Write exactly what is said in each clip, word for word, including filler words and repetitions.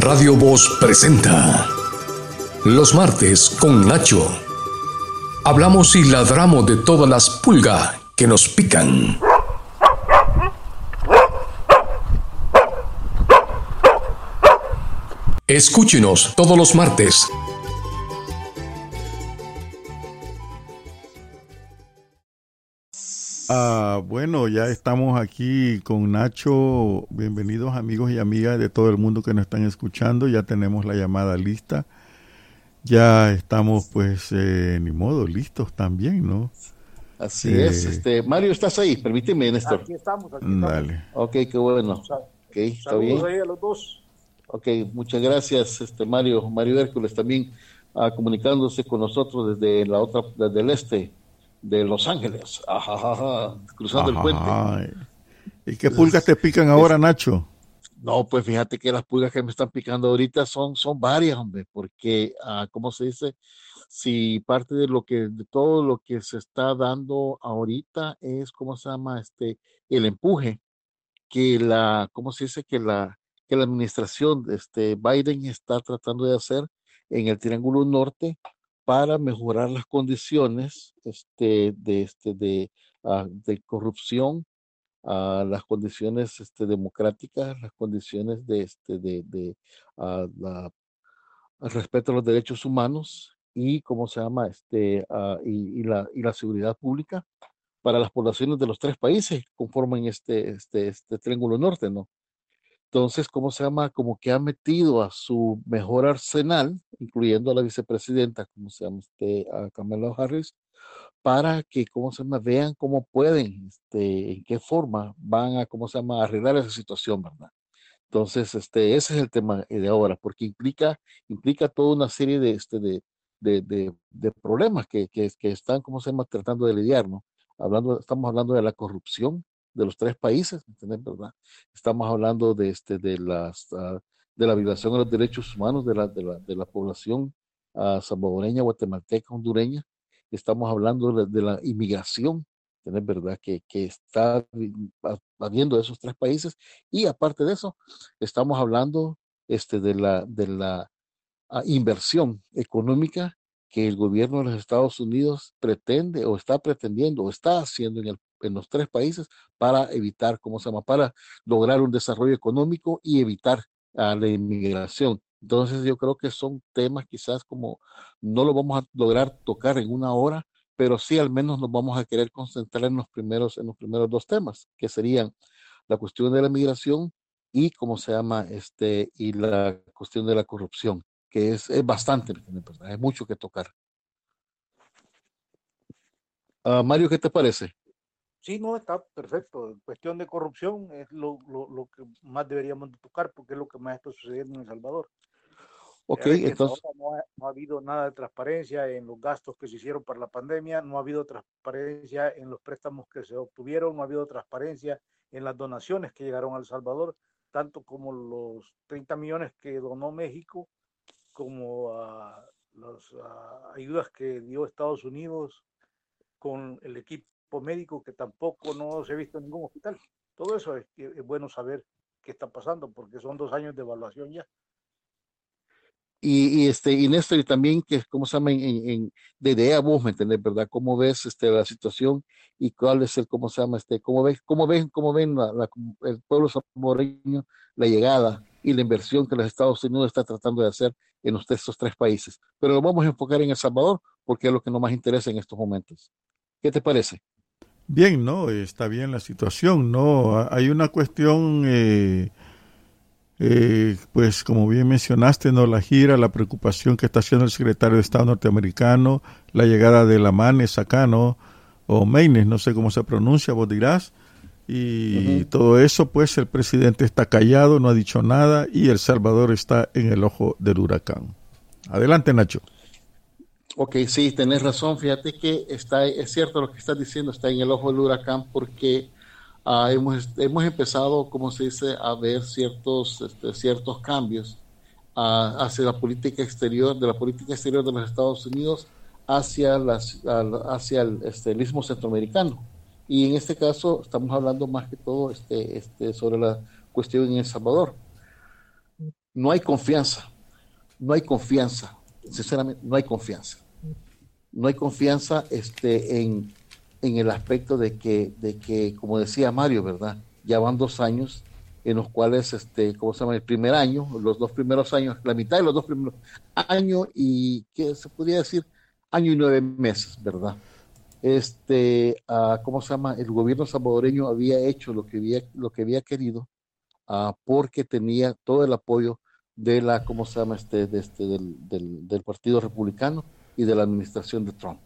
Radio Voz presenta Los martes con Nacho. Hablamos y ladramos de todas las pulgas que nos pican. Escúchenos todos los martes. Ah, bueno, ya estamos aquí con Nacho. Bienvenidos amigos y amigas de todo el mundo que nos están escuchando. Ya tenemos la llamada lista. Ya estamos, pues, eh, ni modo, listos también, ¿no? Así eh, es. Este, Mario, ¿estás ahí? Permíteme, Néstor. Aquí estamos, aquí estamos. Dale. Ok, qué bueno. Ok, está bien. Saludos ahí a los dos. Ok, muchas gracias, este Mario, Mario Hércules también uh, comunicándose con nosotros desde la otra, desde el este de Los Ángeles, Ajajaja, cruzando Ajá. el puente. ¿Y qué pulgas te pican ahora, Nacho? No, pues fíjate que las pulgas que me están picando ahorita son, son varias, hombre, porque, uh, ¿cómo se dice? Si parte de lo que, de todo lo que se está dando ahorita es, ¿cómo se llama? Este, el empuje que la, ¿cómo se dice? Que la, que la administración de este Biden está tratando de hacer en el Triángulo Norte para mejorar las condiciones este, de, este, de, uh, de corrupción, uh, las condiciones este, democráticas, las condiciones de, este, de, de uh, la, el respeto a los derechos humanos y, ¿cómo se llama? Este, uh, y, y, la, y la seguridad pública para las poblaciones de los tres países que conforman este, este, este Triángulo Norte, ¿no? Entonces, ¿cómo se llama? Como que ha metido a su mejor arsenal, incluyendo a la vicepresidenta, ¿cómo se llama? Este, a Kamala Harris, para que, ¿cómo se llama? Vean cómo pueden, este, en qué forma van a, ¿cómo se llama? Arreglar esa situación, ¿verdad? Entonces, este, ese es el tema de ahora, porque implica, implica toda una serie de, este, de, de, de, de problemas que, que, que están, ¿cómo se llama? Tratando de lidiar, ¿no? Hablando, estamos hablando de la corrupción de los tres países, ¿entiendes? ¿Verdad? Estamos hablando de, este, de, las, uh, de la violación de los derechos humanos de la, de la, de la población uh, salvadoreña, guatemalteca, hondureña. Estamos hablando de, de la inmigración, ¿entiendes? ¿Verdad? Que, que está habiendo esos tres países. Y aparte de eso, estamos hablando este, de la, de la uh, inversión económica que el gobierno de los Estados Unidos pretende o está pretendiendo o está haciendo en, el, en los tres países para evitar, ¿cómo se llama? Para lograr un desarrollo económico y evitar uh, la inmigración. Entonces yo creo que son temas quizás como no lo vamos a lograr tocar en una hora, pero sí al menos nos vamos a querer concentrar en los primeros, en los primeros dos temas, que serían la cuestión de la migración y, ¿cómo se llama? Este, y la cuestión de la corrupción, que es, es bastante, ¿verdad? Hay mucho que tocar. Uh, Mario, ¿qué te parece? Sí, no, está perfecto. En cuestión de corrupción es lo, lo, lo que más deberíamos de tocar porque es lo que más está sucediendo en El Salvador. Ok, entonces no ha, no ha habido nada de transparencia en los gastos que se hicieron para la pandemia, no ha habido transparencia en los préstamos que se obtuvieron, no ha habido transparencia en las donaciones que llegaron a El Salvador, tanto como los treinta millones que donó México, como uh, las uh, ayudas que dio Estados Unidos con el equipo médico, que tampoco no se ha visto en ningún hospital. Todo eso es, es bueno saber qué está pasando, porque son dos años de evaluación ya. Y, y este y Néstor, y también que cómo se llama en, en, en desde a vos, ¿me entendés? ¿Verdad? ¿Cómo ves este la situación y cuál es el cómo se llama este cómo ves cómo ven cómo ven la, la, el pueblo salvadoreño la llegada y la inversión que los Estados Unidos está tratando de hacer en los, estos tres países? Pero lo vamos a enfocar en El Salvador porque es lo que nos más interesa en estos momentos. ¿Qué te parece? Bien, ¿no? Está bien la situación, ¿no? Hay una cuestión... Eh... Eh, pues como bien mencionaste, ¿no? La gira, la preocupación que está haciendo el secretario de Estado norteamericano, la llegada de la Manes acá, ¿no? O Maynes, no sé cómo se pronuncia, vos dirás, y uh-huh. Todo eso, pues el presidente está callado, no ha dicho nada, y El Salvador está en el ojo del huracán. Adelante, Nacho. Ok, sí, tenés razón, fíjate que está, es cierto lo que estás diciendo, está en el ojo del huracán porque Uh, hemos, hemos empezado, como se dice, a ver ciertos, este, ciertos cambios uh, hacia la política exterior, de la política exterior de los Estados Unidos hacia, las, uh, hacia el, este, el istmo centroamericano. Y en este caso estamos hablando más que todo este, este, sobre la cuestión en El Salvador. no hay confianza, no hay confianza, sinceramente, no hay confianza. No hay confianza este, en, en el aspecto de que, de que, como decía Mario, ¿verdad? Ya van dos años en los cuales, este, ¿cómo se llama? El primer año, los dos primeros años, la mitad de los dos primeros años y, ¿qué se podría decir? Año y nueve meses, ¿verdad? Este, uh, ¿cómo se llama? El gobierno salvadoreño había hecho lo que había, lo que había querido uh, porque tenía todo el apoyo de la, ¿cómo se llama? Este, de este, del, del, del Partido Republicano y de la administración de Trump.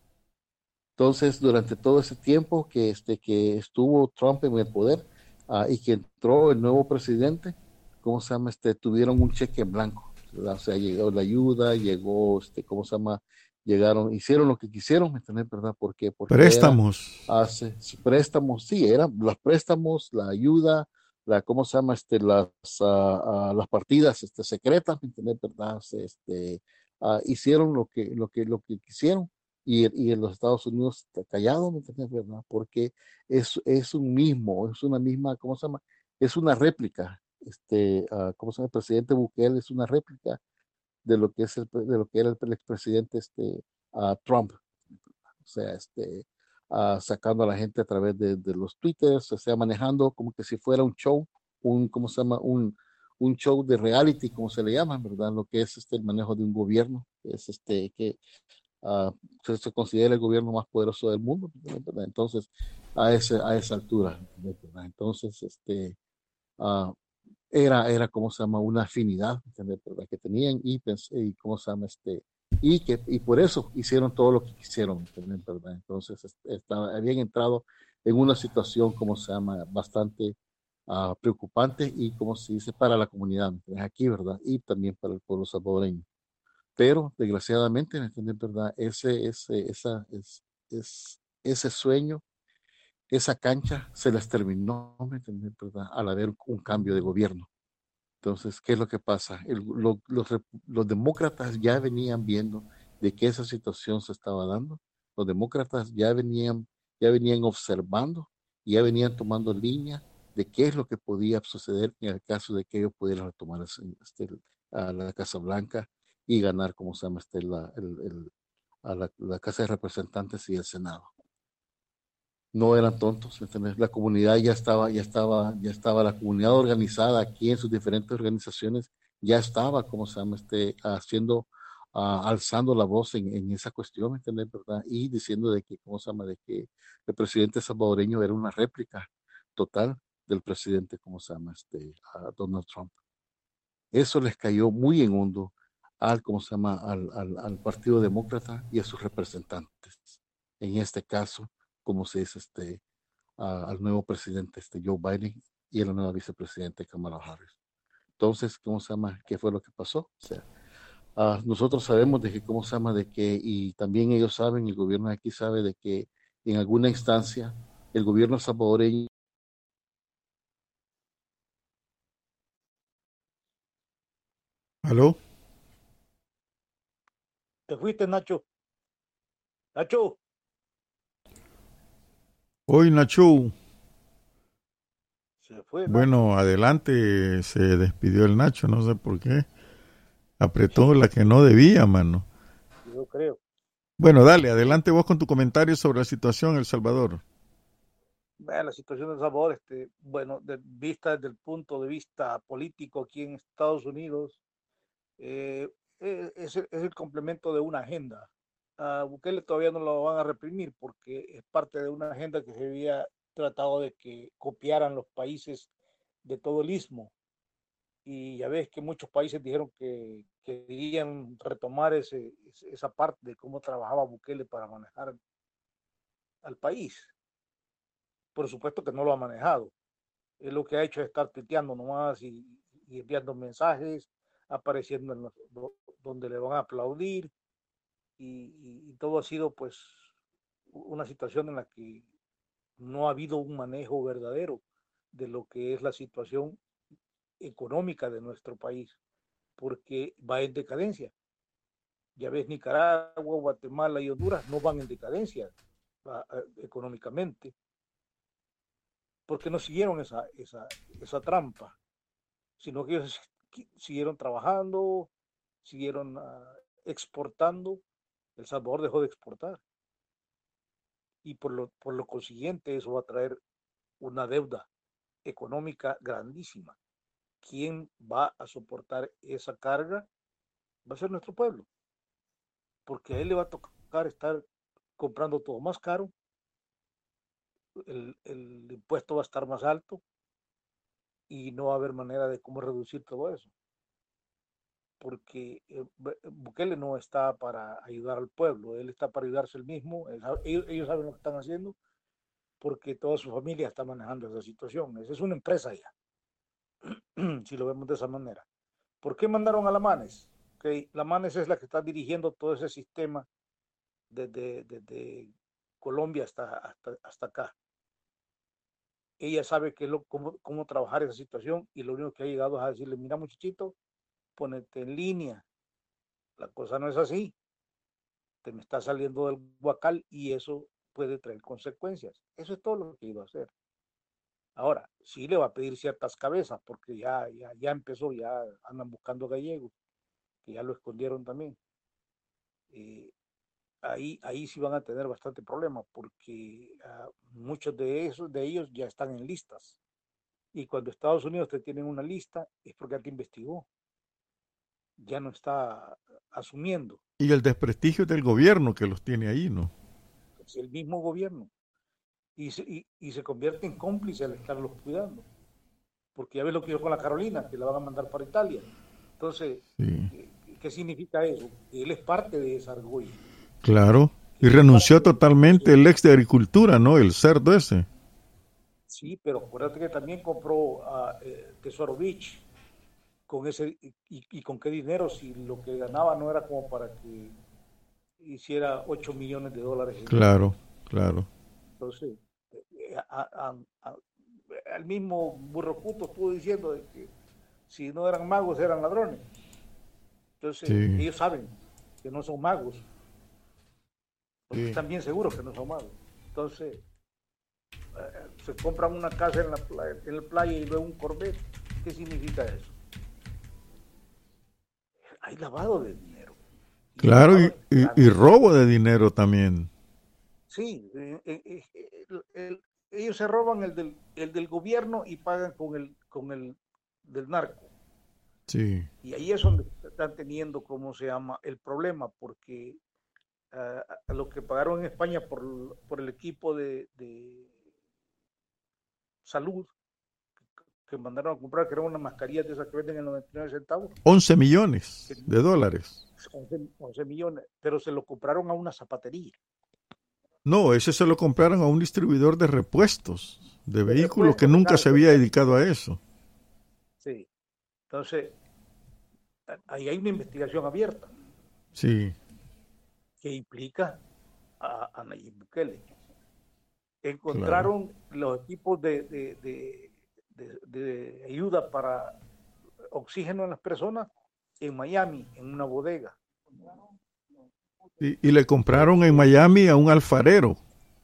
Entonces, durante todo ese tiempo que, este, que estuvo Trump en el poder uh, y que entró el nuevo presidente, ¿cómo se llama? Este, tuvieron un cheque en blanco, ¿verdad? O sea, llegó la ayuda, llegó, este, ¿cómo se llama? Llegaron, hicieron lo que quisieron, ¿me entiendes? ¿Verdad? ¿Por qué? Porque Préstamos. Era, hace, préstamos, sí, eran los préstamos, la ayuda, la, ¿cómo se llama? Este, las, uh, uh, las partidas este, secretas, ¿me entiendes? ¿Verdad? Este, uh, hicieron lo que, lo que, lo que quisieron. Y, y, en los Estados Unidos está callado, ¿me entiendes? ¿Verdad? Porque es, es un mismo, es una misma, ¿cómo se llama? Es una réplica, este, uh, ¿cómo se llama? El presidente Bukele es una réplica de lo que es el, de lo que era el, el expresidente este, uh, Trump, o sea, este, uh, sacando a la gente a través de, de los twitters, o sea, manejando como que si fuera un show, un, ¿cómo se llama? Un, un show de reality, como se le llama, ¿verdad? Lo que es este, el manejo de un gobierno, es este, que Uh, se, se considera el gobierno más poderoso del mundo, ¿verdad? Entonces, a, ese, a esa altura, ¿verdad? Entonces, este, uh, era, era, ¿cómo se llama? Una afinidad, ¿verdad? Que tenían y, y, ¿cómo se llama? Este, y, que, y por eso hicieron todo lo que quisieron, ¿verdad? Entonces, estaba, habían entrado en una situación, ¿cómo se llama? Bastante uh, preocupante y, como se dice, para la comunidad, ¿verdad? Aquí, ¿verdad? Y también para el pueblo salvadoreño. Pero desgraciadamente, ¿me entiendes? ¿Verdad? Ese, ese, esa, es, es, ese sueño, esa cancha se les terminó, ¿me entiendes? ¿Verdad? Al haber un cambio de gobierno. Entonces, ¿qué es lo que pasa? El, lo, los, los demócratas ya venían viendo de que esa situación se estaba dando. Los demócratas ya venían, ya venían observando, ya venían tomando línea de qué es lo que podía suceder en el caso de que ellos pudieran retomar este, a la Casa Blanca y ganar, como se llama, este, la, el, el, a la, la Casa de Representantes y el Senado. No eran tontos, ¿entendés? La comunidad ya estaba, ya estaba, ya estaba, la comunidad organizada aquí en sus diferentes organizaciones ya estaba, como se llama, este, haciendo, uh, alzando la voz en, en esa cuestión, ¿entendés? ¿Verdad? Y diciendo de que, ¿cómo se llama? De que el presidente salvadoreño era una réplica total del presidente, ¿cómo se llama? Este, uh, Donald Trump. Eso les cayó muy en hondo al, ¿cómo se llama? Al, al, al Partido Demócrata y a sus representantes. En este caso, como se dice, este, uh, al nuevo presidente este, Joe Biden y a la nueva vicepresidenta Kamala Harris. Entonces, ¿cómo se llama? ¿Qué fue lo que pasó? O sea, uh, nosotros sabemos de que, ¿cómo se llama? De que, y también ellos saben, el gobierno de aquí sabe de que en alguna instancia el gobierno salvadoreño. ¿Aló? Te fuiste, Nacho. Nacho. Hoy, Nacho. Se fue, Nacho. Bueno, adelante, se despidió el Nacho, no sé por qué. Apretó la que no debía, mano. Yo creo. Bueno, dale, adelante vos con tu comentario sobre la situación en El Salvador. Bueno, la situación de El Salvador, este, bueno, de vista desde el punto de vista político aquí en Estados Unidos, eh, es, es el complemento de una agenda. A Bukele todavía no lo van a reprimir porque es parte de una agenda que se había tratado de que copiaran los países de todo el istmo. Y ya ves que muchos países dijeron que querían retomar ese, esa parte de cómo trabajaba Bukele para manejar al país. Por supuesto que no lo ha manejado. Él lo que ha hecho es estar tuiteando nomás y, y enviando mensajes, apareciendo en los, donde le van a aplaudir y, y, y todo ha sido pues una situación en la que no ha habido un manejo verdadero de lo que es la situación económica de nuestro país, porque va en decadencia. Ya ves, Nicaragua, Guatemala y Honduras no van en decadencia va, económicamente, porque no siguieron esa, esa, esa trampa, sino que ellos siguieron trabajando, siguieron uh, exportando. El Salvador dejó de exportar. Y por lo, por lo consiguiente eso va a traer una deuda económica grandísima. ¿Quién va a soportar esa carga? Va a ser nuestro pueblo. Porque a él le va a tocar estar comprando todo más caro, el, el impuesto va a estar más alto y no va a haber manera de cómo reducir todo eso. Porque eh, Bukele no está para ayudar al pueblo, él está para ayudarse él mismo, ellos, ellos saben lo que están haciendo, porque toda su familia está manejando esa situación. Esa es una empresa ya, si lo vemos de esa manera. ¿Por qué mandaron a la Manes? Okay, la Manes es la que está dirigiendo todo ese sistema desde, desde Colombia hasta, hasta, hasta acá. Ella sabe que lo, cómo, cómo trabajar esa situación y lo único que ha llegado es a decirle, mira muchachito, ponete en línea. La cosa no es así. Te me está saliendo del guacal y eso puede traer consecuencias. Eso es todo lo que iba a hacer. Ahora, sí le va a pedir ciertas cabezas porque ya, ya, ya empezó, ya andan buscando gallegos, que ya lo escondieron también. Eh, ahí, ahí sí van a tener bastante problema porque uh, muchos de esos, de ellos ya están en listas. Y cuando Estados Unidos te tiene una lista es porque ya te investigó. Ya no está asumiendo. Y el desprestigio del gobierno que los tiene ahí, ¿no? Es el mismo gobierno. Y se, y, y se convierte en cómplice al estarlos cuidando. Porque ya ves lo que hizo con la Carolina, que la van a mandar para Italia. Entonces, sí. ¿qué, ¿qué significa eso? Él es parte de esa argolla. Claro. Y renunció totalmente el ex de Agricultura, ¿no? El cerdo ese. Sí, pero acuérdate que también compró a uh, Tesoro Beach. Con ese, y, y con qué dinero, si lo que ganaba no era como para que hiciera ocho millones de dólares. Claro, claro. Entonces, a, a, a, al mismo Burrocuto estuvo diciendo de que si no eran magos eran ladrones. Entonces, sí. Ellos saben que no son magos, porque sí. Están bien seguros que no son magos. Entonces, eh, se compran una casa en la playa, en la playa y luego un Corvette. ¿Qué significa eso? Hay lavado de dinero. Y claro, y, y, y robo de dinero también. Sí, eh, eh, el, el, ellos se roban el del, el del gobierno y pagan con el, con el del narco. Sí. Y ahí es donde están teniendo, ¿cómo se llama?, el problema, porque uh, lo que pagaron en España por, por el equipo de, de salud, que mandaron a comprar, que eran unas mascarillas de esas que venden en noventa y nueve centavos. once millones de dólares. once millones, pero se lo compraron a una zapatería. No, ese se lo compraron a un distribuidor de repuestos, de, de vehículos repuestos, que nunca claro, se había dedicado a eso. Sí, entonces, ahí hay una investigación abierta. Sí. Que implica a, a Nayib Bukele. Encontraron claro. los equipos de... de, de De, de ayuda para oxígeno en las personas en Miami, en una bodega. Y, y le compraron en Miami a un alfarero.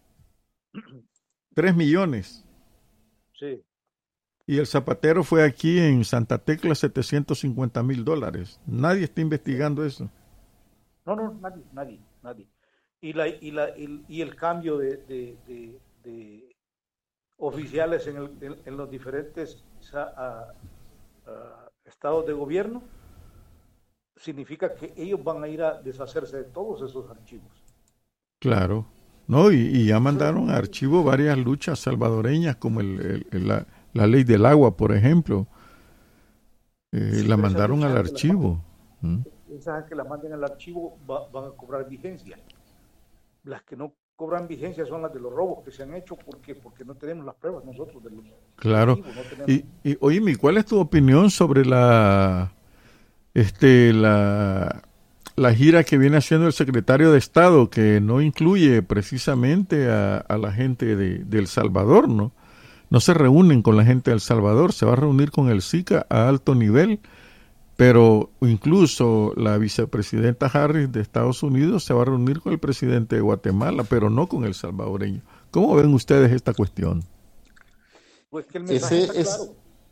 Tres millones. Sí. Y el zapatero fue aquí en Santa Tecla setecientos cincuenta mil dólares. Nadie está investigando eso. No, no, nadie, nadie, nadie. Y, la, y, la, y, y el cambio de... de, de, de oficiales en, el, en, en los diferentes uh, uh, estados de gobierno, significa que ellos van a ir a deshacerse de todos esos archivos. Claro, no, y, y ya mandaron a archivo varias luchas salvadoreñas, como el, el, el, la, la ley del agua, por ejemplo. Eh, sí, la mandaron al archivo. ¿Mm? Esas que las manden al archivo va, van a cobrar vigencia. Las que no cobran vigencia son las de los robos que se han hecho porque porque no tenemos las pruebas nosotros de los claro no y, y oíme, ¿cuál es tu opinión sobre la este la la gira que viene haciendo el secretario de Estado, que no incluye precisamente a, a la gente de, de El Salvador, no no se reúnen con la gente de El Salvador, se va a reunir con el SICA a alto nivel, pero incluso la vicepresidenta Harris de Estados Unidos se va a reunir con el presidente de Guatemala, pero no con el salvadoreño. ¿Cómo ven ustedes esta cuestión? Pues que el mensaje Ese está es, claro.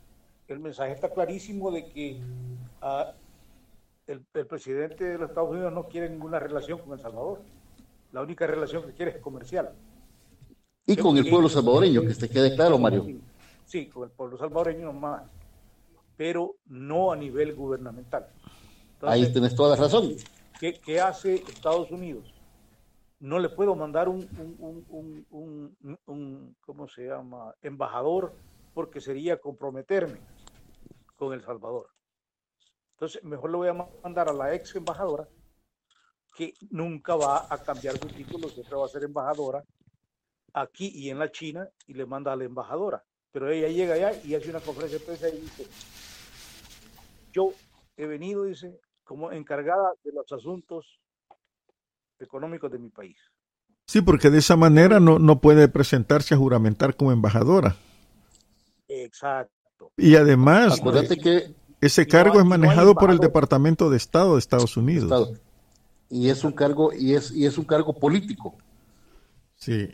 el mensaje está clarísimo de que uh, el, el presidente de los Estados Unidos no quiere ninguna relación con El Salvador. La única relación que quiere es comercial. Y con el pueblo salvadoreño, que se quede claro, Mario. Sí, sí, con el pueblo salvadoreño nomás, pero no a nivel gubernamental. Entonces, ahí tenés toda la razón. ¿qué, qué hace Estados Unidos? No le puedo mandar un, un, un, un, un, un, ¿cómo se llama?, embajador, porque sería comprometerme con El Salvador. Entonces, mejor le voy a mandar a la ex embajadora, que nunca va a cambiar su título, siempre va a ser embajadora aquí y en la China, y le manda a la embajadora. Pero ella llega allá y hace una conferencia de prensa y dice: yo he venido, dice, como encargada de los asuntos económicos de mi país. Sí, porque de esa manera no, no puede presentarse a juramentar como embajadora. Exacto. Y además, acuérdate que ese cargo no, es manejado no por el Departamento de Estado de Estados Unidos. Estado. Y es un cargo, y es, y es un cargo político. Sí.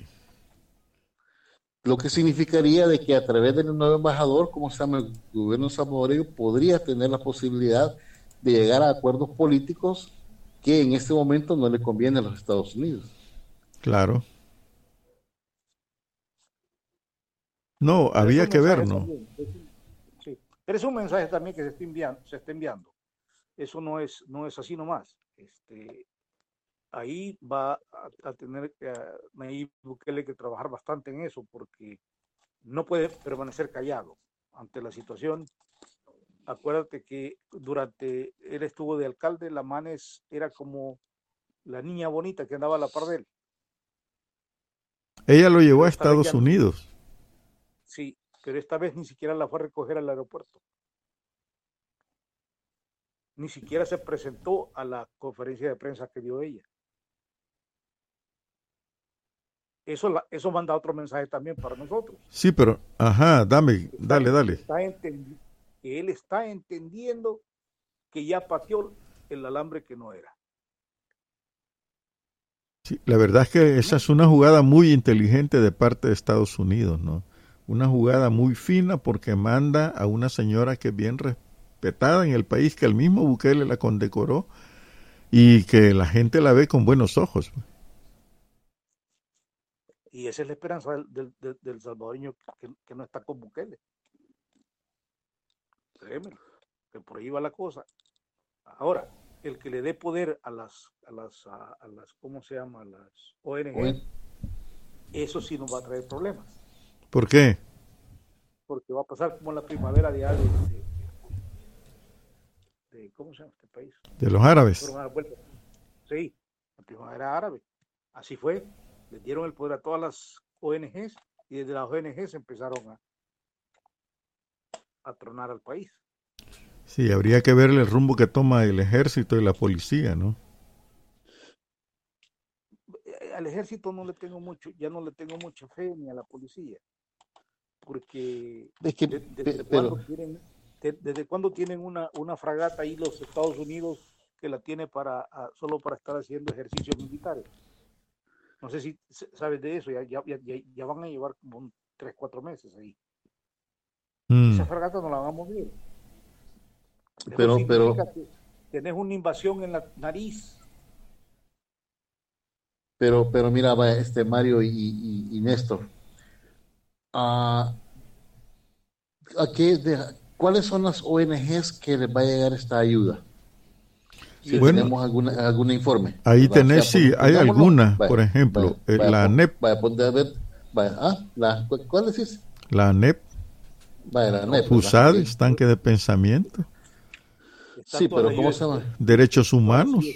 Lo que significaría de que a través del nuevo embajador, como se llama el gobierno salvadoreño, podría tener la posibilidad de llegar a acuerdos políticos que en este momento no le conviene a los Estados Unidos. Claro. No, pero había que ver, ¿no? También, es un, sí, pero es un mensaje también que se está enviando, se está enviando. Eso no es, no es así nomás. Este, ahí va a, a tener uh, Nayib Bukele que trabajar bastante en eso, porque no puede permanecer callado ante la situación. Acuérdate que durante él estuvo de alcalde, la Manes era como la niña bonita que andaba a la par de él. Ella lo llevó a Estados Unidos. Sí, pero esta vez ni siquiera la fue a recoger al aeropuerto. Ni siquiera se presentó a la conferencia de prensa que dio ella. Eso, la, eso manda otro mensaje también para nosotros. Sí, pero, ajá, dame, dale, dale. Está entendi- que él está entendiendo que ya pateó el alambre que no era. Sí, la verdad es que esa es una jugada muy inteligente de parte de Estados Unidos, ¿no? Una jugada muy fina porque manda a una señora que es bien respetada en el país, que el mismo Bukele la condecoró y que la gente la ve con buenos ojos. Y esa es la esperanza del, del, del, del salvadoreño que, que no está con Bukele. Créeme, que por ahí va la cosa. Ahora, el que le dé poder a las, a las, a, a las ¿cómo se llama? A las O N G, bueno, eso sí nos va a traer problemas. ¿Por qué? Porque va a pasar como la primavera de, de, de, de ¿cómo se llama este país? De los árabes. Sí, la primavera árabe. Así fue. Les dieron el poder a todas las O N Ges y desde las O N Ges empezaron a, a tronar al país. Sí, habría que ver el rumbo que toma el ejército y la policía, ¿no? Al ejército no le tengo mucho, ya no le tengo mucha fe ni a la policía, porque es que, de, desde, pero, cuando tienen, de, desde cuando tienen una, una fragata ahí los Estados Unidos que la tiene para a, solo para estar haciendo ejercicios militares. No sé si sabes de eso, ya, ya, ya, ya van a llevar como tres, cuatro meses ahí. Mm. Esa fragata no la van a mover. Eso pero, pero, que tenés una invasión en la nariz. Pero, pero mira, este Mario y, y, y Néstor, ¿a, a qué, de, ¿cuáles son las O N Ges que les va a llegar esta ayuda? Si bueno, tenemos alguna, algún informe. Ahí ¿verdad? Tenés, o sea, sí, hay alguna, por ejemplo, vaya, vaya, la vaya, ANEP. Vaya, vaya, vaya, vaya, ah, la, ¿cuál decís? La ANEP. Vaya, la ANEP. Fusades, sí. Tanque de pensamiento. Sí, pero ¿cómo se llama? Derechos humanos.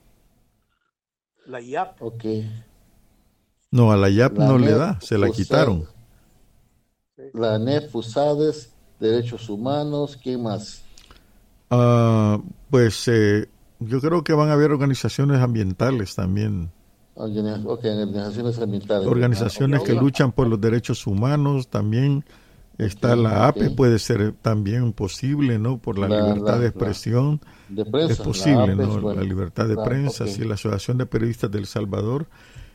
La I A P. Ok. No, a la I A P la no ANEP, le da, se la Fusades, quitaron. La ANEP, Fusades, Derechos Humanos, ¿qué más? Uh, pues eh, yo creo que van a haber organizaciones ambientales también. Ok, organizaciones ambientales. Organizaciones ah, que luchan por los derechos humanos también. Está okay, la A P E, okay. Puede ser también posible, ¿no? Por la, la libertad la, de expresión. La, de prensa, es posible, la A P E, ¿no? Bueno, la libertad de la, prensa, okay. sí, la Asociación de Periodistas del Salvador.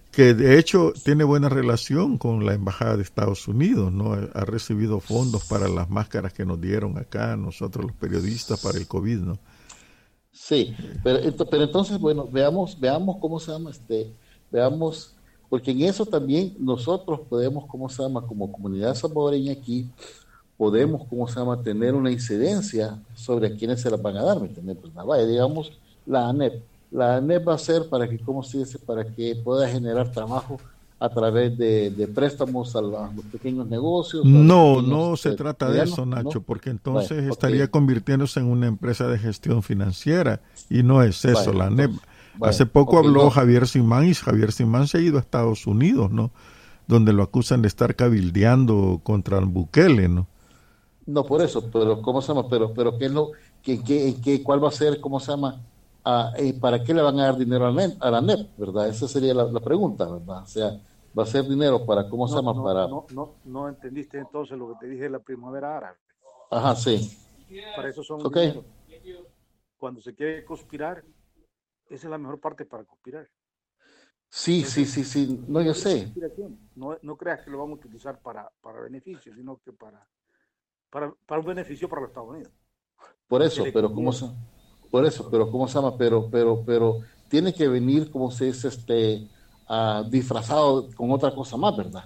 que de hecho tiene buena relación con la Embajada de Estados Unidos, ¿no? Ha recibido fondos para las máscaras que nos dieron acá, nosotros los periodistas, para el COVID, ¿no? Sí, pero, ento- pero entonces, bueno, veamos, veamos cómo se llama, este, veamos, porque en eso también nosotros podemos, cómo se llama, como comunidad salvadoreña aquí, podemos, cómo se llama, tener una incidencia sobre a quienes se las van a dar, ¿me entiendes? Pues, nada, vaya, digamos, la ANEP. La ANEP va a ser para que, ¿cómo se dice? Para que pueda generar trabajo a través de, de préstamos a, la- a los pequeños negocios, a los No, pequeños no se este, trata de medianos, eso, Nacho, ¿no? porque Vaya, entonces ok, estaría convirtiéndose en una empresa de gestión financiera y no es eso, vaya, la N E P. entonces, Hace vaya, poco ok, habló no. Javier Simán y Javier Simán se ha ido a Estados Unidos, ¿no? Donde lo acusan de estar cabildeando contra Bukele, ¿no? No, por eso, pero ¿cómo se llama? Pero, pero ¿qué es lo, qué, qué, qué- cuál va a ser, cómo se llama? Ah, eh, ¿para qué le van a dar dinero a la NEP, a la NEP, verdad? Esa sería la, la pregunta, ¿verdad? O sea, va a ser dinero para, ¿cómo se No, llama? no, Para, no, no, no entendiste entonces lo que te dije de la primavera árabe. ajá, sí, Para eso son ok, dinero. Cuando se quiere conspirar, esa es la mejor parte para conspirar. sí, Ese sí, es, sí, sí, no, yo esa es la sé, conspiración. No, no creas que lo van a utilizar para, para beneficio, sino que para, para, para un beneficio para los Estados Unidos. por Que eso, le pero ¿cómo conviene. se, por eso, pero ¿cómo se llama? Pero, pero, pero, tiene que venir, como se dice, este, ah, disfrazado con otra cosa más, ¿verdad?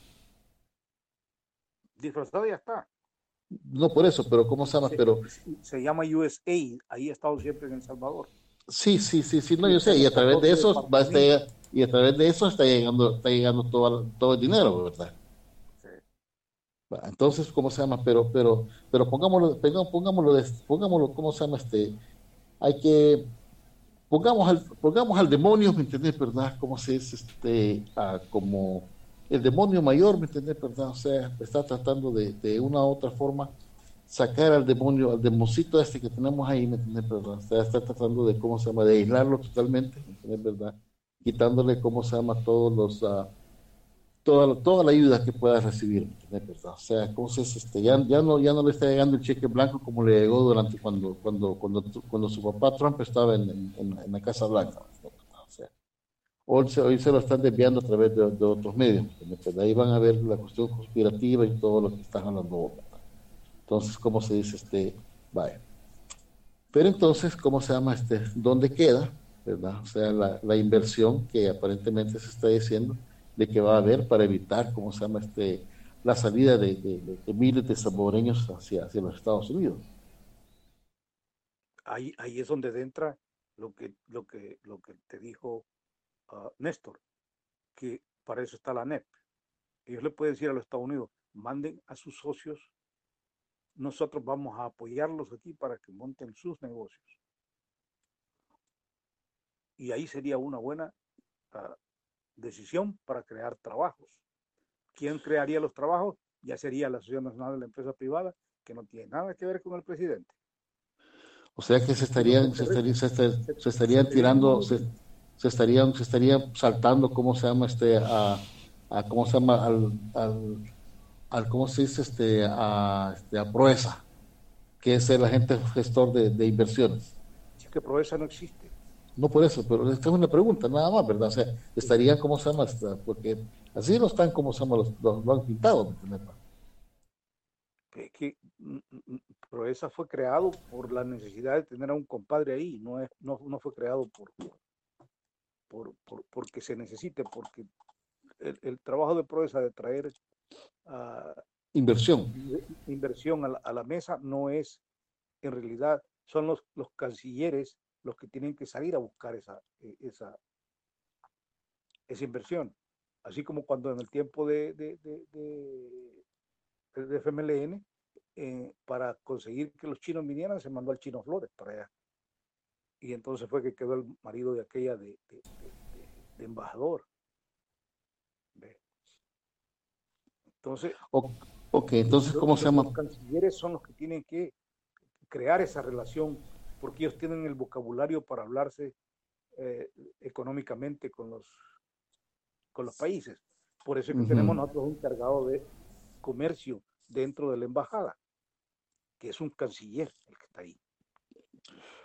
Disfrazado ya está. No por eso, pero ¿cómo se llama? Se, Pero se llama U S A. Ahí ha estado siempre en El Salvador. sí, sí, sí, sí, no, Y yo sé, y tenemos a través de catorce eso va a departamentos. estar, y a través de eso está llegando, está llegando todo, todo el dinero, ¿verdad? Sí. Va, entonces, ¿cómo se llama? Pero, pero, pero pongámoslo, pongamos- pongámoslo, de- pongámoslo, ¿cómo se llama? Este, hay que, pongamos al, pongamos al demonio, ¿me entendés, verdad? ¿Cómo se dice? Este, ah, como el demonio mayor, ¿me entendés, verdad? O sea, está tratando de, de una u otra forma sacar al demonio, al demoncito este que tenemos ahí, ¿me entiendes? Verdad? O sea, está tratando de, ¿cómo se llama? De aislarlo totalmente, ¿me entiendes? ¿Verdad? Quitándole, ¿cómo se llama? Todos los, ah, toda, toda la ayuda que pueda recibir, ¿me entiendes? ¿Verdad? O sea, entonces, este, ya, ya, no, ya no le está llegando el cheque blanco como le llegó durante cuando, cuando, cuando, cuando su papá Trump estaba en, en, en la Casa Blanca, ¿no? O sea, hoy se, hoy se lo están desviando a través de, de otros medios, ¿me entiendes? Pero ahí van a ver la cuestión conspirativa y todo lo que están hablando, ¿verdad? Entonces, ¿cómo se dice? Este, vaya. Pero entonces, ¿cómo se llama? Este, ¿dónde queda? ¿Verdad? O sea, la, la inversión que aparentemente se está diciendo de que va a haber para evitar, ¿cómo se llama? Este, la salida de, de, de, de miles de salvadoreños hacia, hacia los Estados Unidos. Ahí, ahí es donde entra lo que, lo que, lo que te dijo uh, Néstor, que para eso está la N E P. Ellos le pueden decir a los Estados Unidos, manden a sus socios, nosotros vamos a apoyarlos aquí para que monten sus negocios. Y ahí sería una buena uh, decisión para crear trabajos. ¿Quién crearía los trabajos? Ya sería la Asociación Nacional de la Empresa Privada, que no tiene nada que ver con el presidente, O sea que se sino que estarían, se se, estarían, se, estarían, se, se se estarían tirando, termina. se, se, estarían, se estarían saltando, ¿cómo se llama? Este, a, a ¿cómo se llama? Al, al, al ¿cómo se dice? Este, a, este, a Proesa, que es el agente gestor de, de inversiones. Si es que Proesa no existe. No por eso, pero esta es una pregunta, nada más, ¿verdad? O sea, estarían, ¿cómo se llama? Esta- Porque así no están, ¿cómo se llama? Los, los, lo han pintado, ¿me entiendes? Es que mm, mm, Proesa fue creado por la necesidad de tener a un compadre ahí, no, es, no, no fue creado por, por, por, porque se necesite, porque el, el trabajo de Proesa de traer uh, Inversión. inversión a la, a la mesa no es, en realidad, son los, los cancilleres los que tienen que salir a buscar esa, esa, esa inversión. Así como cuando en el tiempo de, de, de, de, de F M L N, eh, para conseguir que los chinos vinieran, se mandó al Chino Flores para allá. Y entonces fue que quedó el marido de aquella de, de, de, de, de embajador. ¿Ve? Entonces, O, ok, entonces, lo, ¿cómo se lo, llama? los cancilleres son los que tienen que crear esa relación, porque ellos tienen el vocabulario para hablarse eh, económicamente con los, con los países. Por eso es que tenemos Uh-huh. nosotros un encargado de comercio dentro de la embajada, que es un canciller el que está ahí.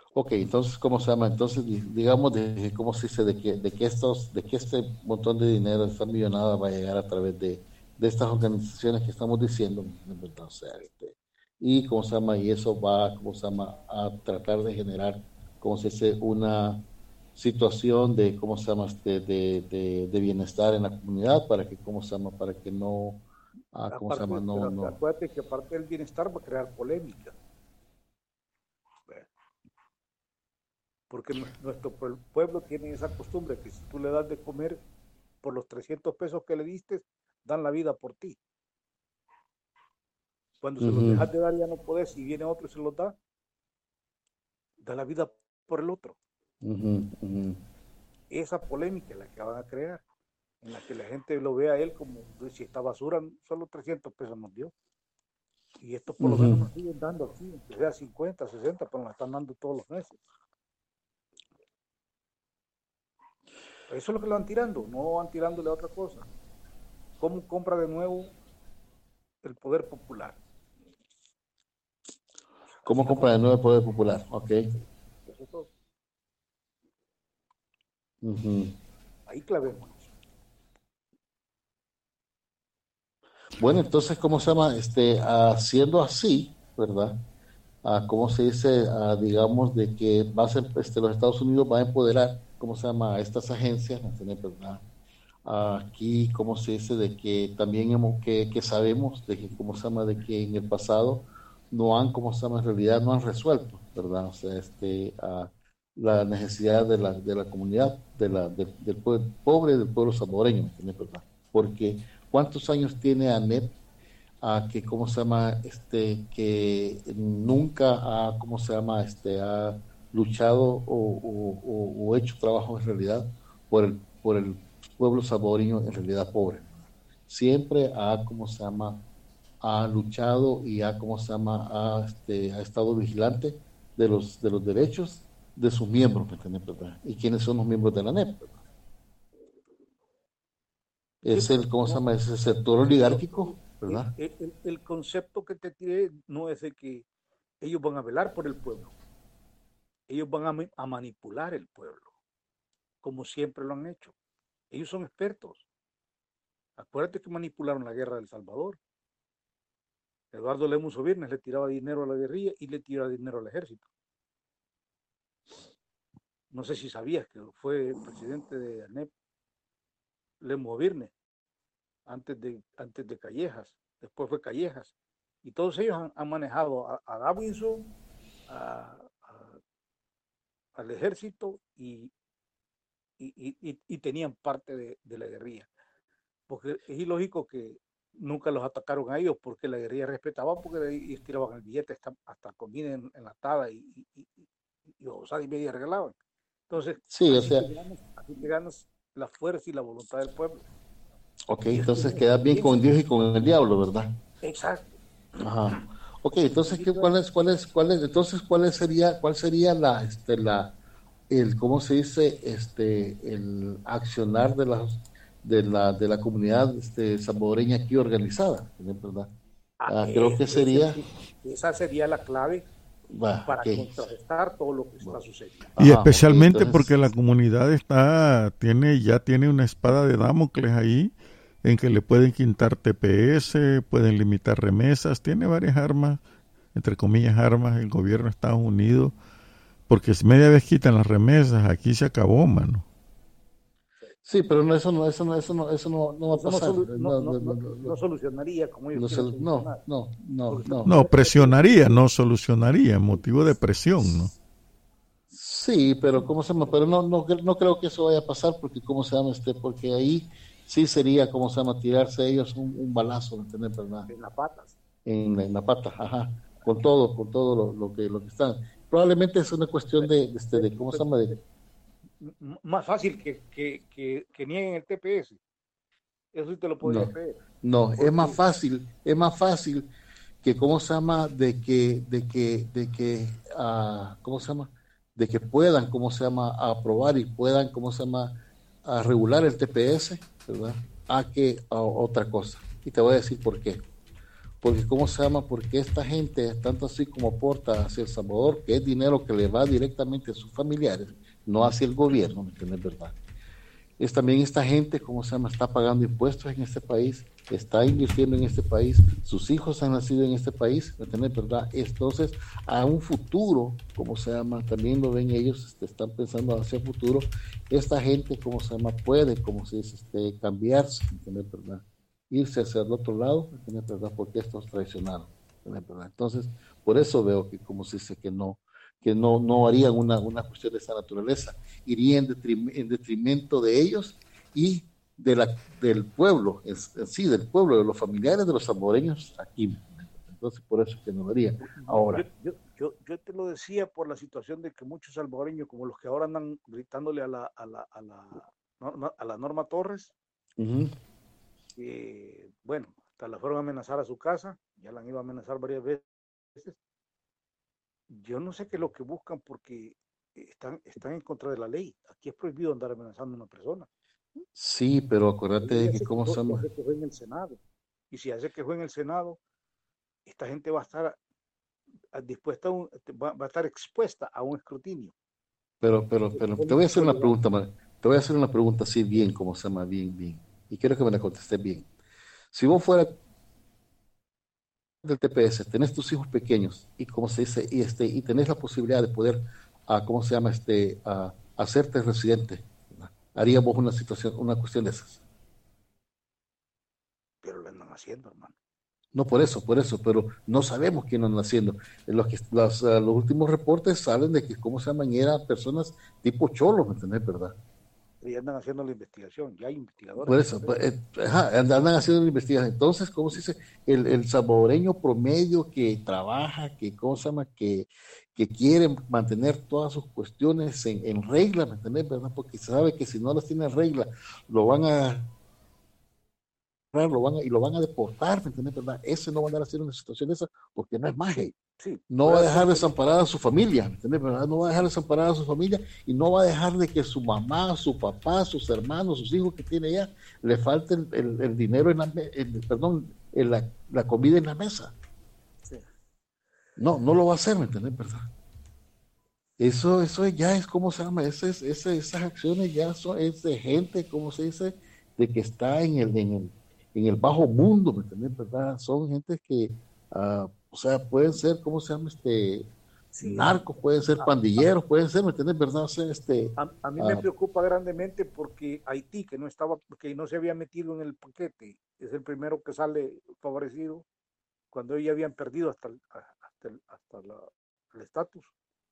Ok, entonces, ¿cómo se llama? Entonces, di- digamos, de, ¿cómo se dice? De que, de que estos, de que este montón de dinero, esta millonada va a llegar a través de, de estas organizaciones que estamos diciendo, ¿verdad? O sea, este, y ¿cómo se llama? Y eso va, ¿cómo se llama? A tratar de generar, ¿cómo se dice? Una situación de, ¿cómo se llama? Este, de, de, de bienestar en la comunidad para que, ¿cómo se llama? Para que no, ah, ¿cómo se llama? Aparte, No, pero no. acuérdate que aparte del bienestar va a crear polémica, porque nuestro pueblo tiene esa costumbre que si tú le das de comer por los trescientos pesos que le diste, dan la vida por ti. Cuando se los Ujú, dejas de dar ya no podés, y viene otro y se los da, da la vida por el otro. ujú, ujú. Esa polémica es la que van a crear, en la que la gente lo ve a él como si esta basura solo trescientos pesos nos dio. Y esto por lo Ujú. menos nos siguen dando aquí, que sea cincuenta, sesenta, pero nos están dando todos los meses. Eso es lo que lo van tirando, no van tirándole a otra cosa. ¿Cómo compra de nuevo el poder popular? ¿Cómo Así la compra de compra. nuevo el poder popular? Ok. Eso es todo. Ujú. Ahí clavémonos. Bueno, entonces, ¿cómo se llama? Este, haciendo así, ¿verdad? Ah, ¿cómo se dice? Ah, digamos de que va a ser, este, los Estados Unidos va a empoderar, ¿cómo se llama? A estas agencias, ¿me entiendes? ¿Verdad? Ah, aquí, ¿cómo se dice? De que también hemos, que, que sabemos de que, ¿cómo se llama? De que en el pasado no han, ¿cómo se llama? En realidad no han resuelto, ¿verdad? O sea, este, ah, la necesidad de la, de la comunidad, de la, de- del pueblo pobre, del pueblo salvadoreño, ¿me entiendes? ¿Verdad? Porque ¿cuántos años tiene ANEP a que, ¿cómo se llama? Este, que nunca ha, ¿cómo se llama? Este, ha luchado o, o- o- o hecho trabajo en realidad por el, por el pueblo salvadoreño en realidad pobre. Siempre ha, ¿cómo se llama? Ha luchado y ha, ¿cómo se llama? Ha, este, ha estado vigilante de los, de los derechos de sus miembros, ¿me entiendes? ¿Verdad? ¿Y quiénes son los miembros de la ANEP? Sí, Es pero el, ¿cómo se no, llama? Es el sector pero oligárquico, el, ¿verdad? el- el concepto que te tiré no es de que ellos van a velar por el pueblo, ellos van a, a manipular el pueblo, como siempre lo han hecho. Ellos son expertos. Acuérdate que manipularon la guerra del Salvador. Eduardo Lemus Oviernes le tiraba dinero a la guerrilla y le tiraba dinero al ejército. No sé si sabías que fue presidente de ANEP Lemus Oviernes antes de, antes de Callejas, después fue Callejas. Y todos ellos han, han manejado a, a Davidson, a, a, al ejército y, y, y, y tenían parte de, de, la guerrilla. Porque es ilógico que nunca los atacaron a ellos porque la guerrilla respetaba, porque ellos tiraban el billete hasta, hasta comida en, enlatada y, y, y, y osada y media regalaban. Entonces, Sí, o así sea, te, ganas, así te ganas la fuerza y la voluntad del pueblo. ok, Y ellos entonces tienen queda bien con experiencia. Dios y con el diablo, ¿verdad? Exacto. Ajá. Ok, Porque entonces ¿qué, necesitan, cuál es, cuál es, cuál es, entonces cuál sería, cuál sería la, este, la, el, ¿cómo se dice, este, el accionar de la, de la, de la comunidad, este, salvadoreña aquí organizada, ¿verdad? ah, Ah, creo es, que es sería, el, esa sería la clave va, ok, para contrarrestar todo lo que está sucediendo. Y ajá, ok, especialmente porque la entonces, comunidad está, tiene, ya tiene una espada de Damocles ahí, en que le pueden quitar T P S, pueden limitar remesas, tiene varias armas, entre comillas armas, el gobierno de Estados Unidos, porque si media vez quitan las remesas, aquí se acabó, mano. sí, pero no, eso no, eso no, eso no, eso no, no va a Eso no, pasar, solu no, no, no, no, no, no, no, no no, solucionaría como ellos no, quieren se- no, solucionar. no, no, Porque no. No, acuérdate que presionaría, no solucionaría, motivo de presión, ¿no? Sí, pero ¿cómo se llama? Pero no, no, no creo que eso vaya a pasar porque ¿cómo se llama este? Porque ahí sí sería, ¿cómo se llama? Tirarse a ellos un, un balazo, ¿me entiendes? ¿Verdad? en las patas. En, la- en la pata, ajá, con todo, con todo lo, lo que, lo que están. Probablemente es una cuestión de, de, este, de ¿cómo se llama? De, Más fácil que, que, que, que nieguen el T P S. Eso sí te lo podría no, creer. no, es más Porque fácil, es más fácil que, ¿cómo se llama? De que, de que, de que, ah, ¿cómo se llama? De que puedan, ¿cómo se llama? Aprobar y puedan, ¿cómo se llama? A regular el T P S, ¿verdad? A que a otra cosa. Y te voy a decir por qué. porque ¿cómo se llama? Porque esta gente, tanto así como aporta hacia El Salvador, que es dinero que le va directamente a sus familiares, no hacia el gobierno, ¿me entiendes, verdad? Es también esta gente, ¿cómo se llama? Está pagando impuestos en este país, está invirtiendo en este país, sus hijos han nacido en este país, ¿me entiendes, verdad? Entonces, a un futuro, ¿cómo se llama? También lo ven ellos, este, están pensando hacia el futuro, esta gente, ¿cómo se llama? Puede, como se dice, este, cambiarse, ¿me entiendes, verdad? Irse hacia el otro lado, ¿me entiendes, verdad? Porque estos traicionaron, ¿me entiendes, verdad? Entonces, por eso veo que, como se dice, que no, que no, no harían una, una cuestión de esa naturaleza, iría en, detrim, en detrimento de ellos y de la, del pueblo, en, en sí, del pueblo, de los familiares de los salvadoreños aquí. Entonces, por eso es que no lo haría. Ahora. Yo, yo, yo, yo te lo decía por la situación de que muchos salvadoreños, como los que ahora andan gritándole a la, a la, a la, no, a la Norma Torres, uh-huh. que, bueno, hasta la fueron a amenazar a su casa, ya la han ido a amenazar varias veces. Yo no sé qué es lo que buscan porque están, están en contra de la ley. Aquí es prohibido andar amenazando a una persona. Sí, pero acuérdate de que cómo se llama. Se quejó en el Senado. Y si hace quejó en el Senado, esta gente va a estar dispuesta a un, va, va a estar expuesta a un escrutinio. Pero, pero, pero, te voy a hacer una pregunta, man. Te voy a hacer una pregunta así bien, como se llama, bien, bien. Y quiero que me la contestes bien. Si vos fueras del T P S, tenés tus hijos pequeños y como se dice, y este, y tenés la posibilidad de poder, uh, ¿cómo se llama? Este, uh, hacerte residente, ¿verdad? Haríamos una situación, una cuestión de esas. Pero lo andan haciendo, hermano. No por eso, por eso, pero no sabemos quién lo andan haciendo. Los, que, los, uh, los últimos reportes salen de que, ¿cómo se llaman? Eran personas tipo cholos, ¿me entendés, verdad? Y andan haciendo la investigación, ya hay investigadores. Por eso, pues, eh, ajá, andan haciendo la investigación. Entonces, ¿cómo se dice? El, el salvadoreño promedio que trabaja, que, ¿cómo se llama? Que, que quiere mantener todas sus cuestiones en, en regla, ¿me entiendes, verdad? Porque se sabe que si no las tiene en regla, lo van a lo van a, y lo van a deportar, ¿me entiendes, verdad? Ese no va a andar haciendo una situación de esa, porque no es maje. Sí, no va a dejar desamparada a su familia, ¿me entiendes, verdad? No va a dejar desamparada a su familia y no va a dejar de que su mamá, su papá, sus hermanos, sus hijos que tiene ella, le falte el, el, el dinero en la, el, perdón, en la, la comida en la mesa. Sí. No, no lo va a hacer, ¿me entiendes, verdad? Eso, eso ya es, ¿cómo se llama? Ese, ese, esas acciones ya son, es de gente, ¿cómo se dice? De que está en el, en el en el bajo mundo, ¿me entiendes, verdad? Son gente que, uh, o sea, pueden ser, ¿cómo se llama? Este, sí. Narcos, pueden ser pandilleros, pueden ser, ¿me entiendes, verdad? O sea, este, a, a mí uh, me preocupa grandemente porque Haití, que no estaba, que no se había metido en el paquete, es el primero que sale favorecido cuando ellos habían perdido hasta el, hasta el, hasta la, el estatus.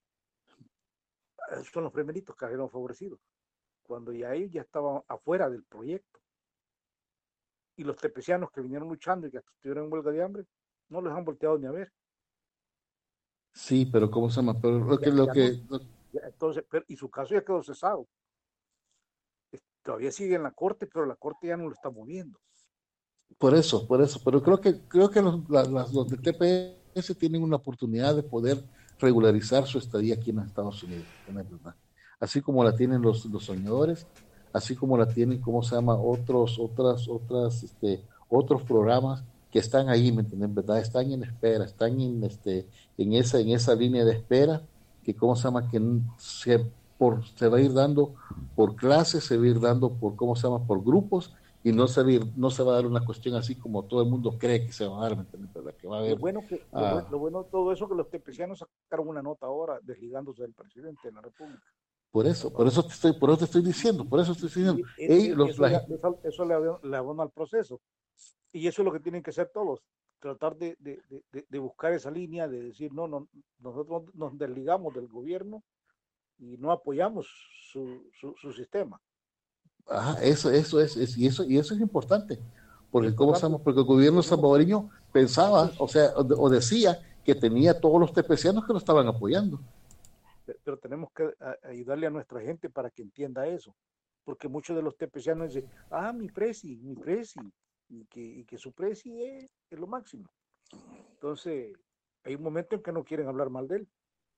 Son los primeritos que salieron favorecidos, cuando ya ellos ya estaban afuera del proyecto. Y los tepecianos que vinieron luchando y que estuvieron en huelga de hambre, no los han volteado ni a ver. Sí, pero ¿cómo se llama? Pero lo que, lo que, no. Entonces, pero, y su caso ya quedó cesado. Todavía sigue en la corte, pero la corte ya no lo está moviendo. Por eso, por eso. Pero creo que creo que los, las, los del T P S tienen una oportunidad de poder regularizar su estadía aquí en los Estados Unidos, ¿verdad? Así como la tienen los, los soñadores, así como la tienen, ¿cómo se llama? Otros, otras, otras, este, otros programas que están ahí, ¿me entienden? ¿Verdad? Están en espera, están en, este, en esa, en esa línea de espera, que, ¿cómo se llama? Que se, por, se va a ir dando por clases, se va a ir dando por, ¿cómo se llama? Por grupos, y no se va a ir, no se va a dar una cuestión así como todo el mundo cree que se va a dar, ¿me entienden? ¿Verdad? Que va a haber, lo bueno que, ah, lo, bueno, lo bueno de todo eso que los tepecianos sacaron una nota ahora desligándose del presidente de la República. Por eso, por eso te estoy, por eso te estoy diciendo, por eso estoy diciendo. Y, Ey, los, eso, la... eso, eso le, abona, le abona al proceso. Y eso es lo que tienen que hacer todos, tratar de, de, de, de buscar esa línea, de decir, no, no, nosotros nos desligamos del gobierno y no apoyamos su, su, su sistema. Ajá, eso, eso es, es, y eso, y eso es importante, porque ¿cómo estamos? Porque el gobierno salvadoreño pensaba, o sea, o, o decía que tenía todos los tepecianos que lo estaban apoyando. Pero tenemos que ayudarle a nuestra gente para que entienda eso, porque muchos de los tepecianos dicen, ah, mi presi, mi presi, y que, y que su presi es, es lo máximo. Entonces, hay un momento en que no quieren hablar mal de él.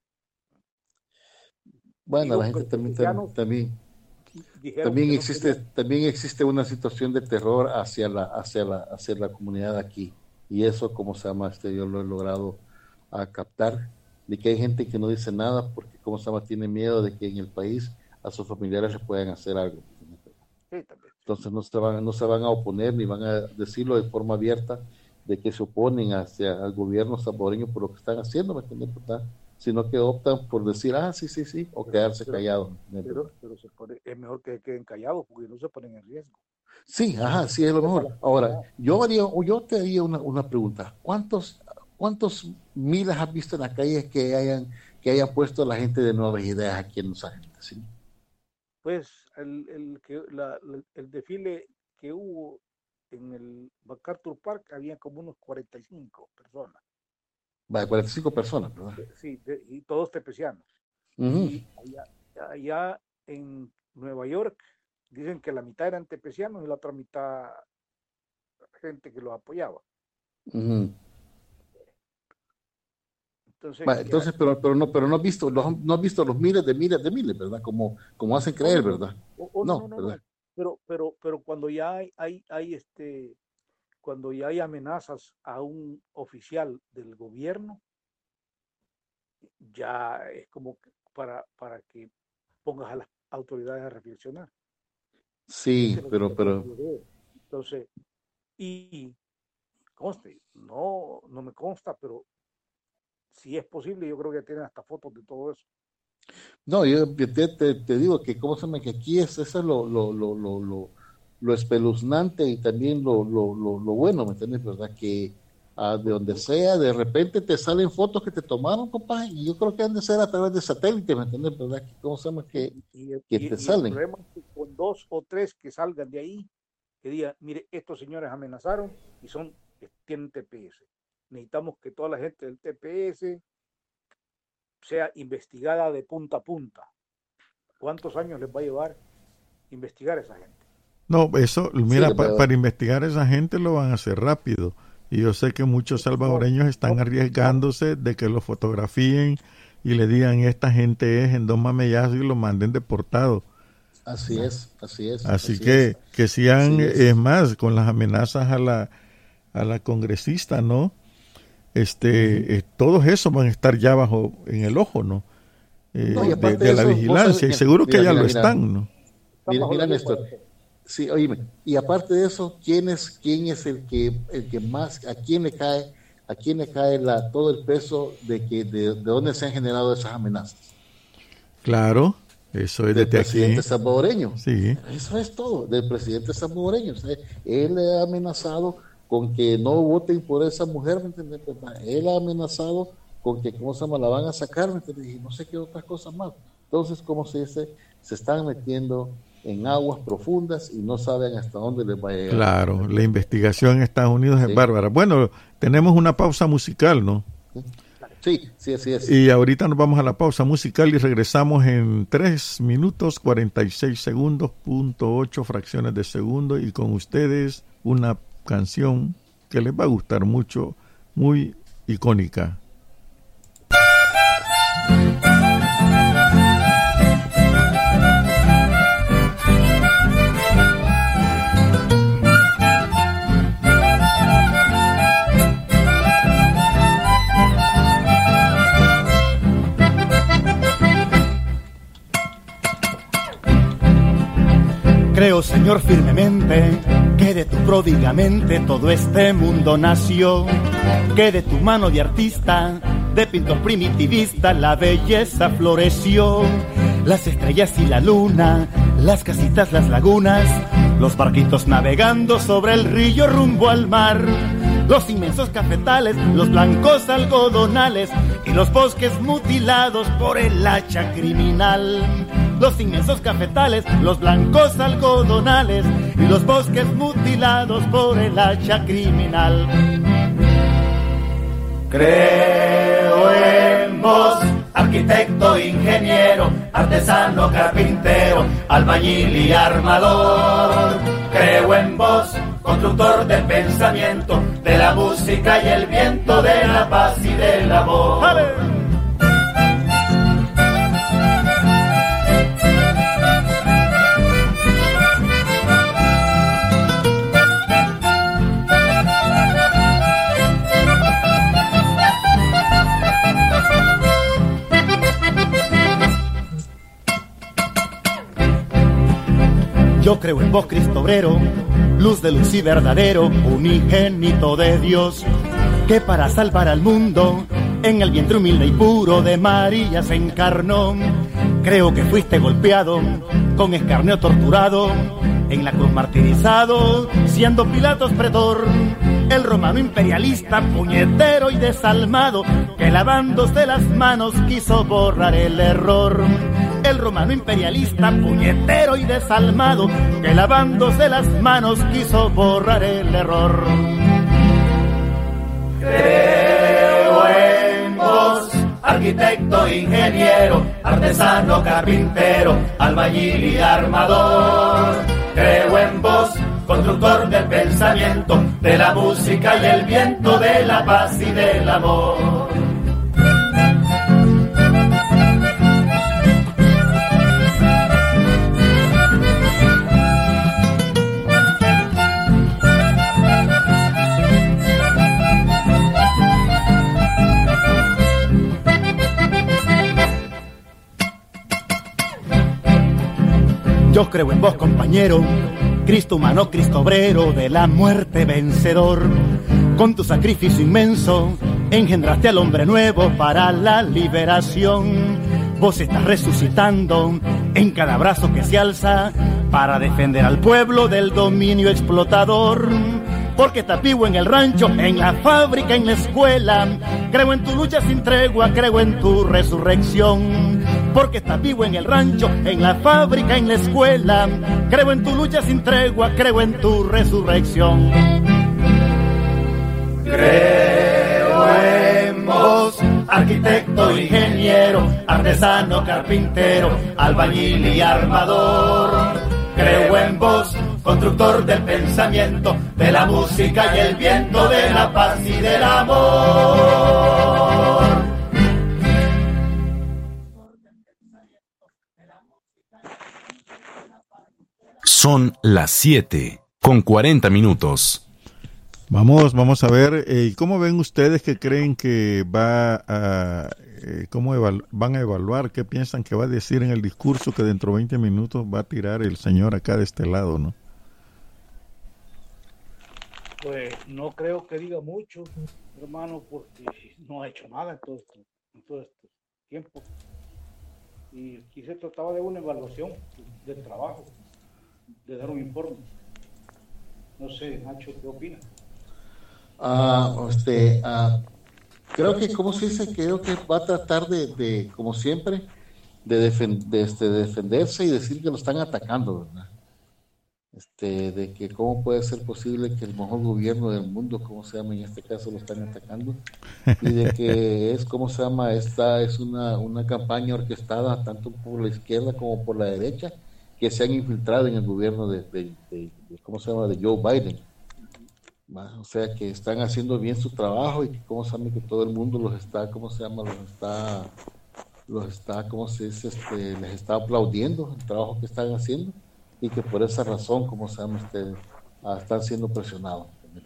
Bueno, Digo, la gente también, también, también existe, también existe una situación de terror hacia la, hacia la, hacia la comunidad aquí. y eso, como se llama, este, yo lo he logrado a captar, de que hay gente que no dice nada porque, como se llama, tiene miedo de que en el país a sus familiares les puedan hacer algo. Sí, también. Entonces no se van, no se van a oponer ni van a decirlo de forma abierta de que se oponen hacia al gobierno salvadoreño por lo que están haciendo, ¿me entiendes? ¿Verdad? Sino que optan por decir, ah, sí, sí, sí, o quedarse Pero, callados. pero, pero se pone- es mejor que queden callados porque no se ponen en riesgo. Sí, ajá, sí, es lo mejor. Ahora, yo haría, o yo te haría una, una pregunta. ¿Cuántos, cuántos miles has visto en las calles que hayan, que hayan puesto la gente de Nuevas Ideas aquí en Los Ángeles? ¿Sí? Pues el, el, que, la, la- el desfile que hubo en el MacArthur Park había como unos cuarenta y cinco personas. Va, cuarenta y cinco personas, ¿verdad? Sí, de- y todos tepecianos. Ujú. Y allá, allá en Nueva York dicen que la mitad eran tepecianos y la otra mitad gente que los apoyaba. Ujú. Entonces, Va, que- entonces, pero, pero no, pero no has visto, los, no has visto los miles de miles de miles, ¿verdad? Como, como hacen creer, no, no, ¿verdad? o- o No, no, no, no, ¿verdad? no. Pero, pero, pero cuando ya hay, hay, hay este, cuando ya hay amenazas a un oficial del gobierno, ya es como que para, para que pongas a las autoridades a reflexionar. Sí, Eso es lo pero, que pero, yo veo. Entonces, y conste, no, no me consta, pero si es posible, yo creo que tienen hasta fotos de todo eso. no, yo te, te, te digo que, ¿cómo se llama? Que aquí es, eso es lo, lo, lo, lo, lo, lo espeluznante y también lo, lo, lo, lo bueno, ¿me entiendes? ¿Verdad? Que ah, de donde sea, de repente te salen fotos que te tomaron, compa, y yo creo que han de ser a través de satélite, ¿me entiendes? ¿Verdad? Que, ¿cómo se llama? Que, Y, y- que y te el salen. problema es que con dos o tres que salgan de ahí, que digan, mire, estos señores amenazaron y son, tienen T P S. Necesitamos que toda la gente del T P S sea investigada de punta a punta. ¿Cuántos años les va a llevar investigar a esa gente? No, eso, Sí, mira, le pa- puedo- para investigar a esa gente lo van a hacer rápido. Y yo sé que muchos salvadoreños están no, arriesgándose de que lo fotografíen y le digan esta gente es en dos mamellazos y lo manden deportado. Así es, así es. Así, así que es. que sean, Así es. es. más, con las amenazas a la a la congresista, ¿no? Este, Ujú. eh, todos esos van a estar ya bajo en el ojo, ¿no? Eh, No, y de, aparte de de la eso, vos vigilancia sabes, y mira, seguro que mira, ya mira, lo mira. están, ¿no? están Mira, bajo mira, la Néstor. lupa. Sí, oíme, y aparte de eso, ¿quién es, quién es el que, el que más, a quién le cae, a quién le cae la, todo el peso de que, de, de dónde se han generado esas amenazas? Claro, eso es Del desde presidente aquí. salvadoreño. Sí, Eso es todo, del presidente salvadoreño. O sea, él ha amenazado con que no voten por esa mujer, ¿me entiendes? Él ha amenazado con que, ¿cómo se llama? La van a sacar, ¿me entiendes? Y no sé qué otras cosas más. Entonces, ¿cómo se dice? Se están metiendo en aguas profundas y no saben hasta dónde les va a llegar. claro, la investigación en Estados Unidos es Sí. bárbara. Bueno, tenemos una pausa musical, ¿no? Sí, sí, así es. Y ahorita nos vamos a la pausa musical y regresamos en tres minutos cuarenta y seis segundos, punto ocho fracciones de segundo, y con ustedes una canción que les va a gustar mucho, muy icónica. Creo, Señor, firmemente que de tu pródigamente todo este mundo nació, que de tu mano de artista, de pintor primitivista, la belleza floreció. Las estrellas y la luna, las casitas, las lagunas, los barquitos navegando sobre el río rumbo al mar, los inmensos cafetales, los blancos algodonales y los bosques mutilados por el hacha criminal. Los inmensos cafetales, los blancos algodonales y los bosques mutilados por el hacha criminal. Creo en vos, arquitecto, ingeniero, artesano, carpintero, albañil y armador. Creo en vos, constructor del pensamiento, de la música y el viento, de la paz y del amor. ¡Ale! Yo creo en vos, Cristo obrero, luz de luz y verdadero, unigénito de Dios, que para salvar al mundo, en el vientre humilde y puro de María se encarnó. Creo que fuiste golpeado, con escarnio torturado, en la cruz martirizado, siendo Pilatos pretor, el romano imperialista, puñetero y desalmado, que lavándose las manos quiso borrar el error. El romano imperialista, puñetero y desalmado, que lavándose las manos quiso borrar el error. Creo en vos, arquitecto, ingeniero, artesano, carpintero, albañil y armador. Creo en vos, constructor del pensamiento, de la música y el viento, de la paz y del amor. Yo creo en vos, compañero, Cristo humano, Cristo obrero, de la muerte vencedor. Con tu sacrificio inmenso, engendraste al hombre nuevo para la liberación. Vos estás resucitando en cada brazo que se alza para defender al pueblo del dominio explotador. Porque estás vivo en el rancho, en la fábrica, en la escuela. Creo en tu lucha sin tregua, creo en tu resurrección. Porque estás vivo en el rancho, en la fábrica, en la escuela. Creo en tu lucha sin tregua, creo en tu resurrección. Creo en vos, arquitecto, ingeniero, artesano, carpintero, albañil y armador. Creo en vos, constructor del pensamiento, de la música y el viento, de la paz y del amor. Son las siete con cuarenta minutos. Vamos, vamos a ver, eh, ¿cómo ven ustedes que creen que va a, eh, cómo evalu- van a evaluar, qué piensan que va a decir en el discurso que dentro de veinte minutos va a tirar el señor acá de este lado, ¿no? Pues no creo que diga mucho, hermano, porque no ha hecho nada en todo esto, en todo este tiempo. Y aquí se trataba de una evaluación del trabajo, de dar un informe. No sé, Nacho, ¿qué opinas? Ah, este, ah, creo que, ¿cómo se dice? Creo que va a tratar de, de como siempre, de, defen- de, este, de defenderse y decir que lo están atacando, ¿verdad? Este, de que cómo puede ser posible que el mejor gobierno del mundo, ¿cómo se llama? En este caso lo están atacando, y de que es, ¿cómo se llama? Esta es una, una campaña orquestada tanto por la izquierda como por la derecha, que se han infiltrado en el gobierno de, de, de, de ¿cómo se llama? De Joe Biden. ¿Va? O sea, que están haciendo bien su trabajo y que, ¿cómo se llama? Que todo el mundo los está, ¿cómo se llama? Los está, los está, ¿cómo se dice? Este, les está aplaudiendo el trabajo que están haciendo, y que por esa razón, ¿cómo se llama? Este, ah, están siendo presionados.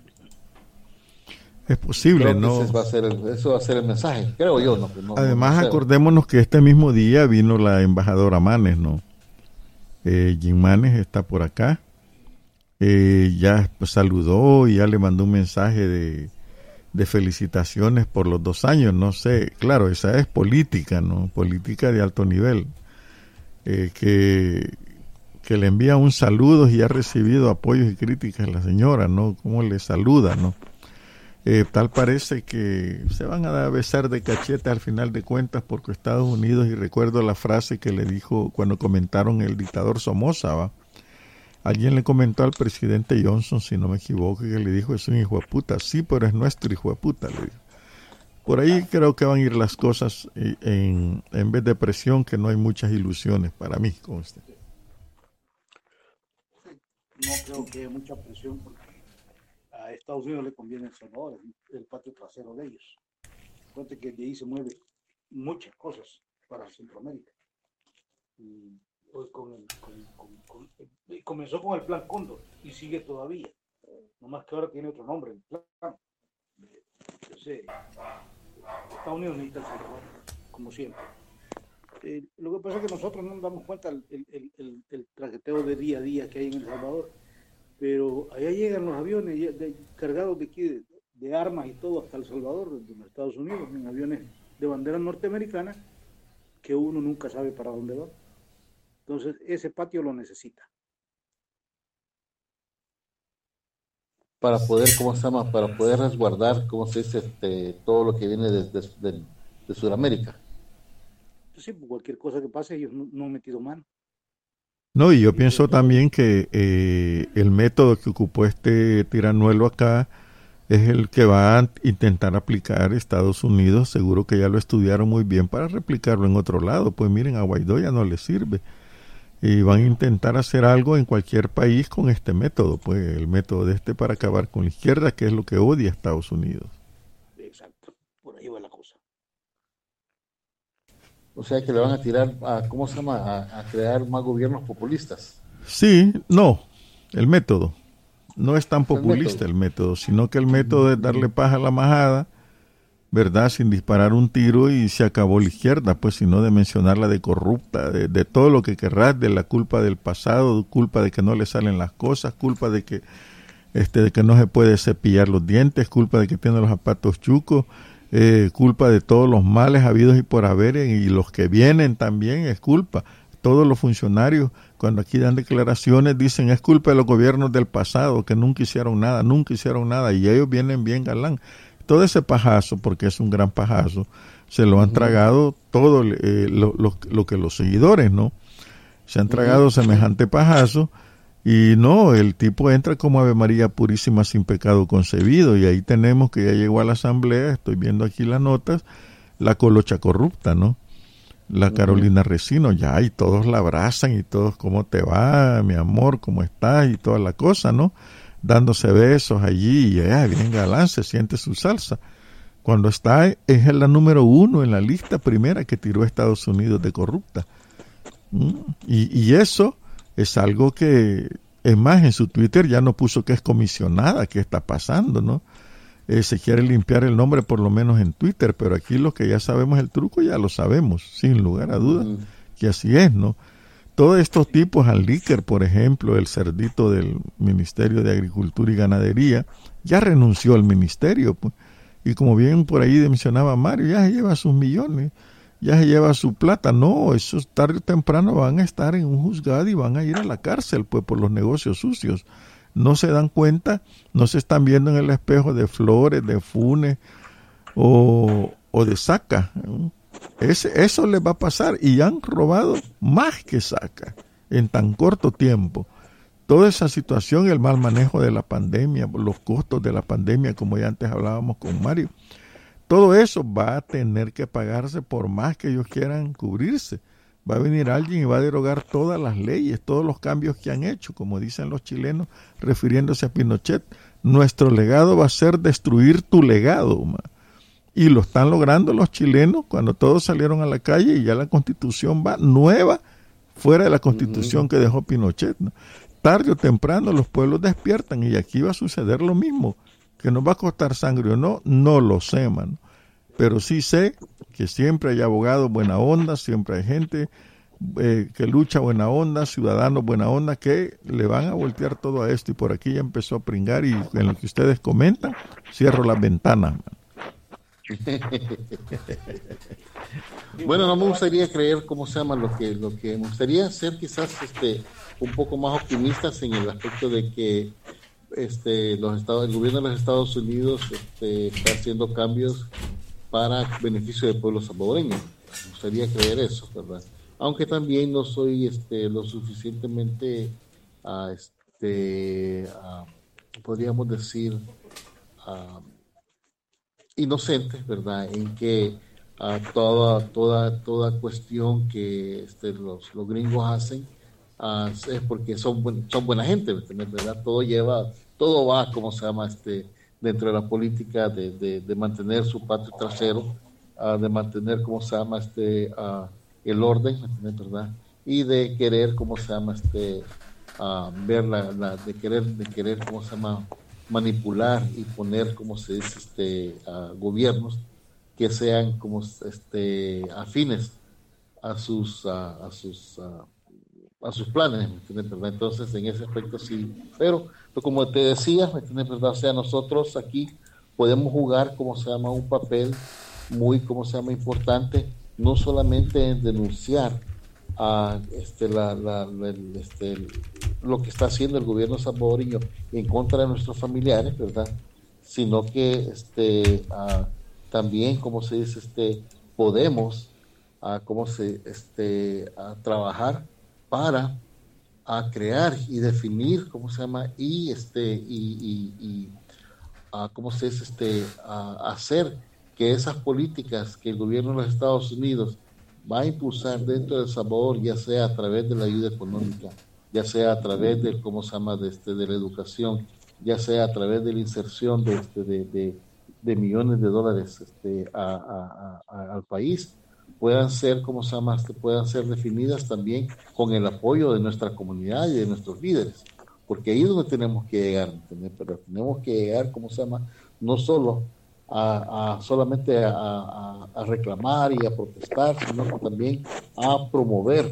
Es posible, Creo que ¿no? ese va a ser el, eso va a ser el mensaje, creo yo. No, no, Además, no sé. acordémonos que este mismo día vino la embajadora Manes, ¿no? Eh, Jim Manes está por acá. Eh, ya pues, saludó y ya le mandó un mensaje de, de felicitaciones por los dos años. No sé, claro, esa es política, ¿no? Política de alto nivel. Eh, que, que le envía un saludo y ha recibido apoyos y críticas la señora, ¿no? Cómo le saluda, ¿no? Eh, tal parece que se van a besar de cachete al final de cuentas porque Estados Unidos, y recuerdo la frase que le dijo cuando comentaron el dictador Somoza, ¿va? Alguien le comentó al presidente Johnson, si no me equivoco, que le dijo, es un hijo de puta. Sí, pero es nuestro hijo de puta, le dijo. Por ahí creo que van a ir las cosas en, en vez de presión, que no hay muchas ilusiones para mí con usted. No creo que haya mucha presión porque a Estados Unidos le conviene El Salvador, el, el patio trasero de ellos. Cuente que de ahí se mueve muchas cosas para Centroamérica. Y pues con el, con, con, con, eh, comenzó con el Plan Cóndor y sigue todavía. Nomás que ahora tiene otro nombre, el plan. Entonces, Estados Unidos necesita El Salvador, como siempre. Eh, lo que pasa es que nosotros no nos damos cuenta el, el, el, el traqueteo de día a día que hay en El Salvador, pero allá llegan los aviones de, de, cargados de, aquí, de, de armas y todo hasta El Salvador, desde los Estados Unidos, en aviones de bandera norteamericana, que uno nunca sabe para dónde va. Entonces, ese patio lo necesita. Para poder, ¿cómo se llama? Para poder resguardar, ¿cómo se dice? Este, todo lo que viene de, de, de, de Sudamérica. Sí, pues cualquier cosa que pase, ellos no, no han metido mano. No, y yo pienso también que eh, el método que ocupó este tiranuelo acá es el que va a intentar aplicar Estados Unidos. Seguro que ya lo estudiaron muy bien para replicarlo en otro lado. Pues miren, a Guaidó ya no le sirve. Y van a intentar hacer algo en cualquier país con este método, pues el método de este para acabar con la izquierda, que es lo que odia a Estados Unidos. Exacto, por ahí va la cosa. O sea que le van a tirar, a, ¿cómo se llama? A, a crear más gobiernos populistas. Sí, no, el método. No es tan populista el método, el método sino que el método es darle paja a la majada, ¿verdad? Sin disparar un tiro y se acabó la izquierda, pues, sino de mencionarla de corrupta, de, de todo lo que querrás, de la culpa del pasado, culpa de que no le salen las cosas, culpa de que este de que no se puede cepillar los dientes, culpa de que tiene los zapatos chucos, eh, culpa de todos los males habidos y por haber, y los que vienen también es culpa. Todos los funcionarios, cuando aquí dan declaraciones, dicen es culpa de los gobiernos del pasado, que nunca hicieron nada, nunca hicieron nada, y ellos vienen bien galán. Todo ese pajazo, porque es un gran pajazo, se lo han uh-huh. tragado todo eh, lo, lo, lo que los seguidores, ¿no? Se han tragado uh-huh. semejante pajazo, y no, el tipo entra como Ave María Purísima sin pecado concebido, y ahí tenemos que ya llegó a la asamblea, estoy viendo aquí las notas, la colocha corrupta, ¿no? La uh-huh. Carolina Resino, ya, y todos la abrazan, y todos, ¿cómo te va, mi amor? ¿Cómo estás? Y toda la cosa, ¿no? Dándose besos allí, y ya, bien galán, se siente su salsa. Cuando está, es la número uno en la lista primera que tiró Estados Unidos de corrupta. ¿Mm? Y, y eso es algo que, es más, en su Twitter ya no puso que es comisionada, que está pasando, ¿no? Eh, se quiere limpiar el nombre por lo menos en Twitter, pero aquí los que ya sabemos el truco ya lo sabemos, sin lugar a dudas, mm. que así es, ¿no? Todos estos tipos, al Líker, por ejemplo, el cerdito del Ministerio de Agricultura y Ganadería, ya renunció al ministerio, pues, y como bien por ahí mencionaba Mario, ya se lleva sus millones, ya se lleva su plata. No, esos tarde o temprano van a estar en un juzgado y van a ir a la cárcel, pues, por los negocios sucios. No se dan cuenta, no se están viendo en el espejo de Flores, de Funes o, o de Saca, ¿no? Ese, eso les va a pasar, y han robado más que Saca en tan corto tiempo. Toda esa situación, el mal manejo de la pandemia, los costos de la pandemia, como ya antes hablábamos con Mario, todo eso va a tener que pagarse por más que ellos quieran cubrirse. Va a venir alguien y va a derogar todas las leyes, todos los cambios que han hecho, como dicen los chilenos, refiriéndose a Pinochet. Nuestro legado va a ser destruir tu legado, man. Y lo están logrando los chilenos cuando todos salieron a la calle y ya la constitución va nueva, fuera de la constitución uh-huh. que dejó Pinochet, ¿no? Tarde o temprano los pueblos despiertan, y aquí va a suceder lo mismo. Que nos va a costar sangre o no, no lo sé, man. Pero sí sé que siempre hay abogados buena onda, siempre hay gente eh, que lucha buena onda, ciudadanos buena onda, que le van a voltear todo a esto. Y por aquí ya empezó a pringar, y en lo que ustedes comentan, cierro las ventanas, man. Bueno, no me gustaría creer, ¿cómo se llama? Lo que, lo que me gustaría ser quizás este, un poco más optimistas en el aspecto de que este, los estados, el gobierno de los Estados Unidos este, está haciendo cambios para beneficio del pueblo salvadoreño. Me gustaría creer eso, ¿verdad? Aunque también no soy este, lo suficientemente, uh, este, uh, podríamos decir, uh, inocentes, ¿verdad? En que uh, toda, toda, toda cuestión que este, los, los gringos hacen uh, es porque son, buen, son buena gente, ¿verdad? Todo lleva, todo va, como se llama, este, dentro de la política de, de, de mantener su patio trasero, uh, de mantener, como se llama, este, uh, el orden, ¿verdad? Y de querer, como se llama, este, uh, ver la, la, de querer, de querer, como se llama, manipular y poner, como se dice, este, uh, gobiernos que sean como este, afines a sus, a, a sus, a, a sus planes, ¿me entiendes, verdad? Entonces, en ese aspecto sí, pero, pero como te decía, ¿me entiendes, verdad? O sea, nosotros aquí podemos jugar, como se llama, un papel muy, como se llama, importante, no solamente en denunciar a este, la, la, la, el, este, lo que está haciendo el gobierno salvadoreño en contra de nuestros familiares, ¿verdad? Sino que este, uh, también, como se dice, este, podemos uh, como se, este, uh, trabajar para uh, crear y definir, ¿cómo se llama? Y, este, y, y, y uh, ¿cómo se dice? Este, uh, hacer que esas políticas que el gobierno de los Estados Unidos va a impulsar dentro de El Salvador, ya sea a través de la ayuda económica, ya sea a través de, ¿cómo se llama?, de, este, de la educación, ya sea a través de la inserción de, este, de, de, de millones de dólares este, a, a, a, al país, puedan ser, ¿cómo se llama?, puedan ser definidas también con el apoyo de nuestra comunidad y de nuestros líderes, porque ahí es donde tenemos que llegar, ¿entendés? Pero tenemos que llegar, ¿cómo se llama?, no solo A, a solamente a, a, a reclamar y a protestar, sino también a promover,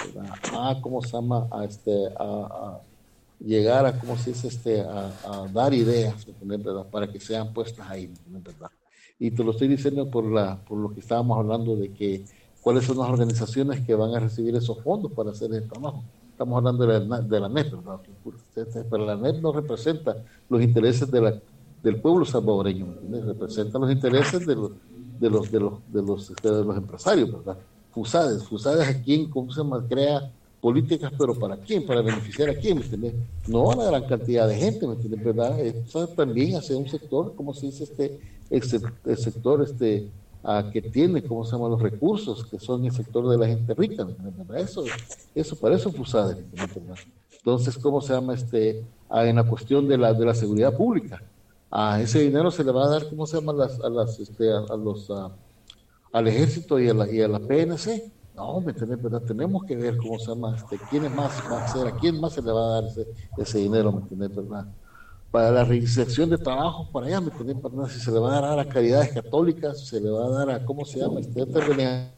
a, a cómo se llama, a este, a, a llegar a, cómo se dice, este, a, a dar ideas, ¿verdad? Para que sean puestas ahí, ¿verdad? Y te lo estoy diciendo por la, por lo que estábamos hablando de que cuáles son las organizaciones que van a recibir esos fondos para hacer el trabajo. Estamos hablando de la, de la N E P, ¿verdad? Pero la N E P no representa los intereses de la del pueblo salvadoreño, ¿entiendes? Representan los intereses de los de los de los de los, de los, de los empresarios, ¿verdad? FUSADES, FUSADES a quién, cómo se llama, crea políticas, pero ¿para quién? Para beneficiar a quién, ¿me entiendes? No a la gran cantidad de gente, ¿me entiendes? ¿Verdad? Eso también hacia un sector, como se dice, este, el, el sector este a, que tiene, ¿cómo se llama?, los recursos, que son el sector de la gente rica, ¿me entiendes? ¿Verdad? Eso, eso, para eso FUSADES, ¿me entiendes? Entonces, ¿cómo se llama? este a, en la cuestión de la, de la seguridad pública, a ese dinero se le va a dar, ¿cómo se llama?, las, a, las, este, a, a los, a, al ejército y a, la, y a la P N C. No, ¿me entiendes? ¿Verdad? Tenemos que ver, ¿cómo se llama?, este, quién es más va a ser, a quién más se le va a dar ese, ese dinero, ¿me entiendes? ¿Verdad? Para la reinserción de trabajo para allá, ¿me entiendes? ¿Verdad? Si se le va a dar a caridades católicas, se le va a dar a, ¿cómo se llama?, este, esta organización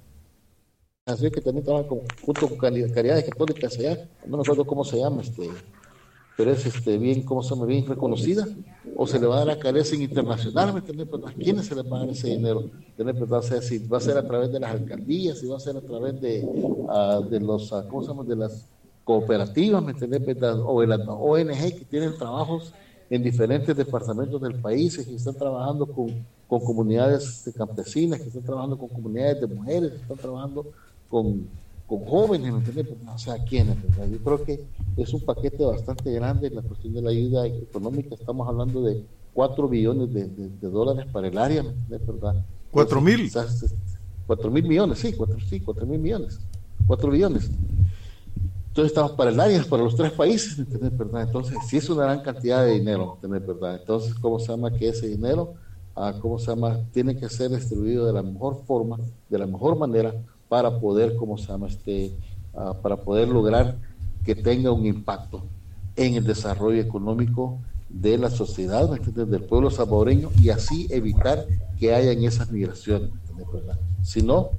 que también trabaja con, junto con caridades católicas allá, no me acuerdo cómo se llama, este pero es este, bien, ¿cómo se llama?, bien reconocida, o se le va a dar a Carecen Internacional, ¿me entiendes? ¿A quiénes se le va a dar ese dinero? O sea, si va a ser a través de las alcaldías, si va a ser a través de, uh, de los, uh, ¿cómo se llama?, de las cooperativas, ¿me entiendes? O de las O N G que tienen trabajos en diferentes departamentos del país, que están trabajando con, con comunidades de campesinas, que están trabajando con comunidades de mujeres, que están trabajando con con jóvenes, ¿me entiendes? O sea, ¿quiénes? ¿Verdad? Yo creo que es un paquete bastante grande en la cuestión de la ayuda económica. Estamos hablando de cuatro billones de, de, de dólares para el área, ¿me entiendes? ¿Verdad? ¿Cuatro mil? Quizás, cuatro mil millones, sí, cuatro, sí, cuatro mil millones, cuatro billones. Entonces estamos para el área, para los tres países, ¿me entiendes? ¿Verdad? Entonces, sí es una gran cantidad de dinero, ¿me entiendes? ¿Verdad? Entonces, ¿cómo se llama que ese dinero, ah, cómo se llama, tiene que ser distribuido de la mejor forma, de la mejor manera, para poder, ¿cómo se llama? Este, uh, para poder lograr que tenga un impacto en el desarrollo económico de la sociedad, ¿me entiendes?, del pueblo salvadoreño, y así evitar que hayan esas migraciones, ¿me entiendes? ¿Verdad? Si no,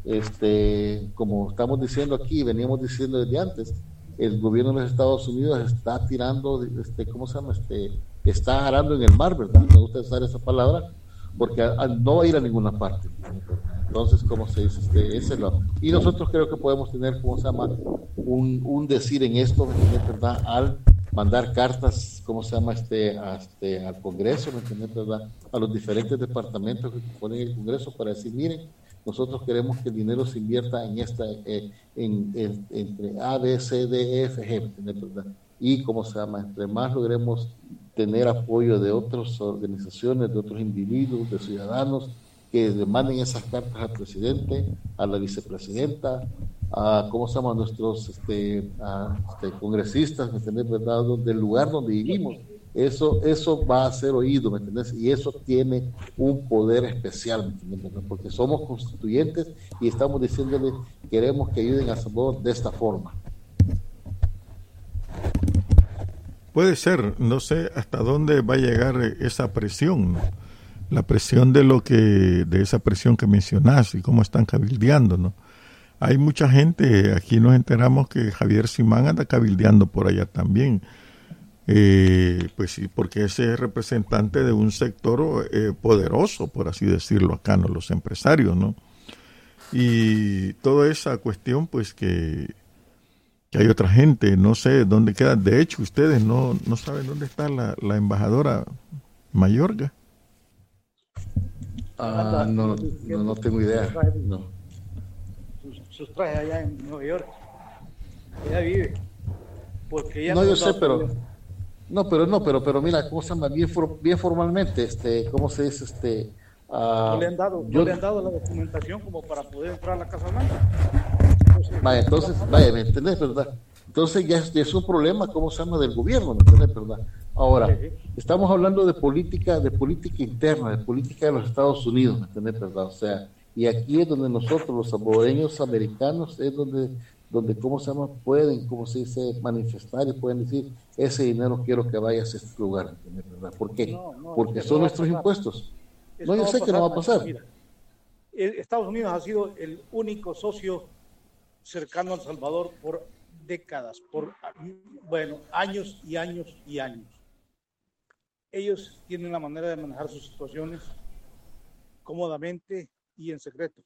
este, como estamos diciendo aquí, veníamos diciendo desde antes, el gobierno de los Estados Unidos está tirando, este, ¿cómo se llama? Este, está arando en el mar, ¿verdad? Me gusta usar esa palabra, porque a, a, no va a ir a ninguna parte, ¿verdad? Entonces, ¿cómo se dice? Este, ese es lo, y nosotros creo que podemos tener, ¿cómo se llama?, un, un decir en esto, ¿me entiendes? ¿Verdad? Al mandar cartas, ¿cómo se llama? Este, a, este, al Congreso, ¿me entiendes? ¿Verdad? A los diferentes departamentos que componen el Congreso para decir, miren, nosotros queremos que el dinero se invierta en esta, eh, en, en, entre A, B, C, D, E, F, G, ¿me entiendes? ¿Verdad? Y, ¿cómo se llama?, entre más logremos tener apoyo de otras organizaciones, de otros individuos, de ciudadanos, que le manden esas cartas al presidente, a la vicepresidenta, a, ¿cómo se llama?, nuestros este, a, este, congresistas, ¿me entiendes? ¿Verdad? Del lugar donde vivimos. Eso, eso va a ser oído, ¿me entiendes? Y eso tiene un poder especial, ¿me entiendes? Porque somos constituyentes y estamos diciéndole, queremos que ayuden a Salvador de esta forma. Puede ser, no sé hasta dónde va a llegar esa presión, ¿no? La presión de lo que, de esa presión que mencionaste y cómo están cabildeando, ¿no? hay mucha gente, aquí nos enteramos que Javier Simán anda cabildeando por allá también. Eh, pues sí, porque ese es representante de un sector eh, poderoso, por así decirlo acá, ¿no? Los empresarios, ¿no? Y toda esa cuestión, pues que, que hay otra gente, no sé dónde queda. De hecho, ustedes no, no saben dónde está la, la embajadora Mayorga. Ah, no, no, no tengo idea. No. Sus, sus trajes allá en Nueva York. Ella vive. Porque ella No, no yo nos sé, da pero problema. no, pero no, pero, pero mira, cómo se llama bien, for- bien formalmente, este, ¿cómo se dice, este? ah, No le han dado, yo, no le han dado la documentación como para poder entrar a la Casa Blanca. Entonces, vaya, entonces, vaya, ¿me entendés, verdad? Entonces ya es, ya es un problema, ¿cómo se llama? Del gobierno, ¿me entendés, verdad? Ahora, sí, sí. estamos hablando de política, de política interna, de política de los Estados Unidos, ¿me entendés, verdad? O sea, y aquí es donde nosotros, los salvadoreños americanos, es donde, donde, ¿cómo se llama? Pueden, ¿cómo se dice? Manifestar y pueden decir, ese dinero quiero que vaya a este lugar, ¿me entendés, verdad? ¿Por qué? No, no, Porque eso son no va a nuestros pasar. impuestos. Eso No, yo va a sé que no va a pasar. pasar. Mira, el- Estados Unidos ha sido el único socio cercano a El Salvador por décadas, por, bueno, años y años y años. Ellos tienen la manera de manejar sus situaciones cómodamente y en secreto.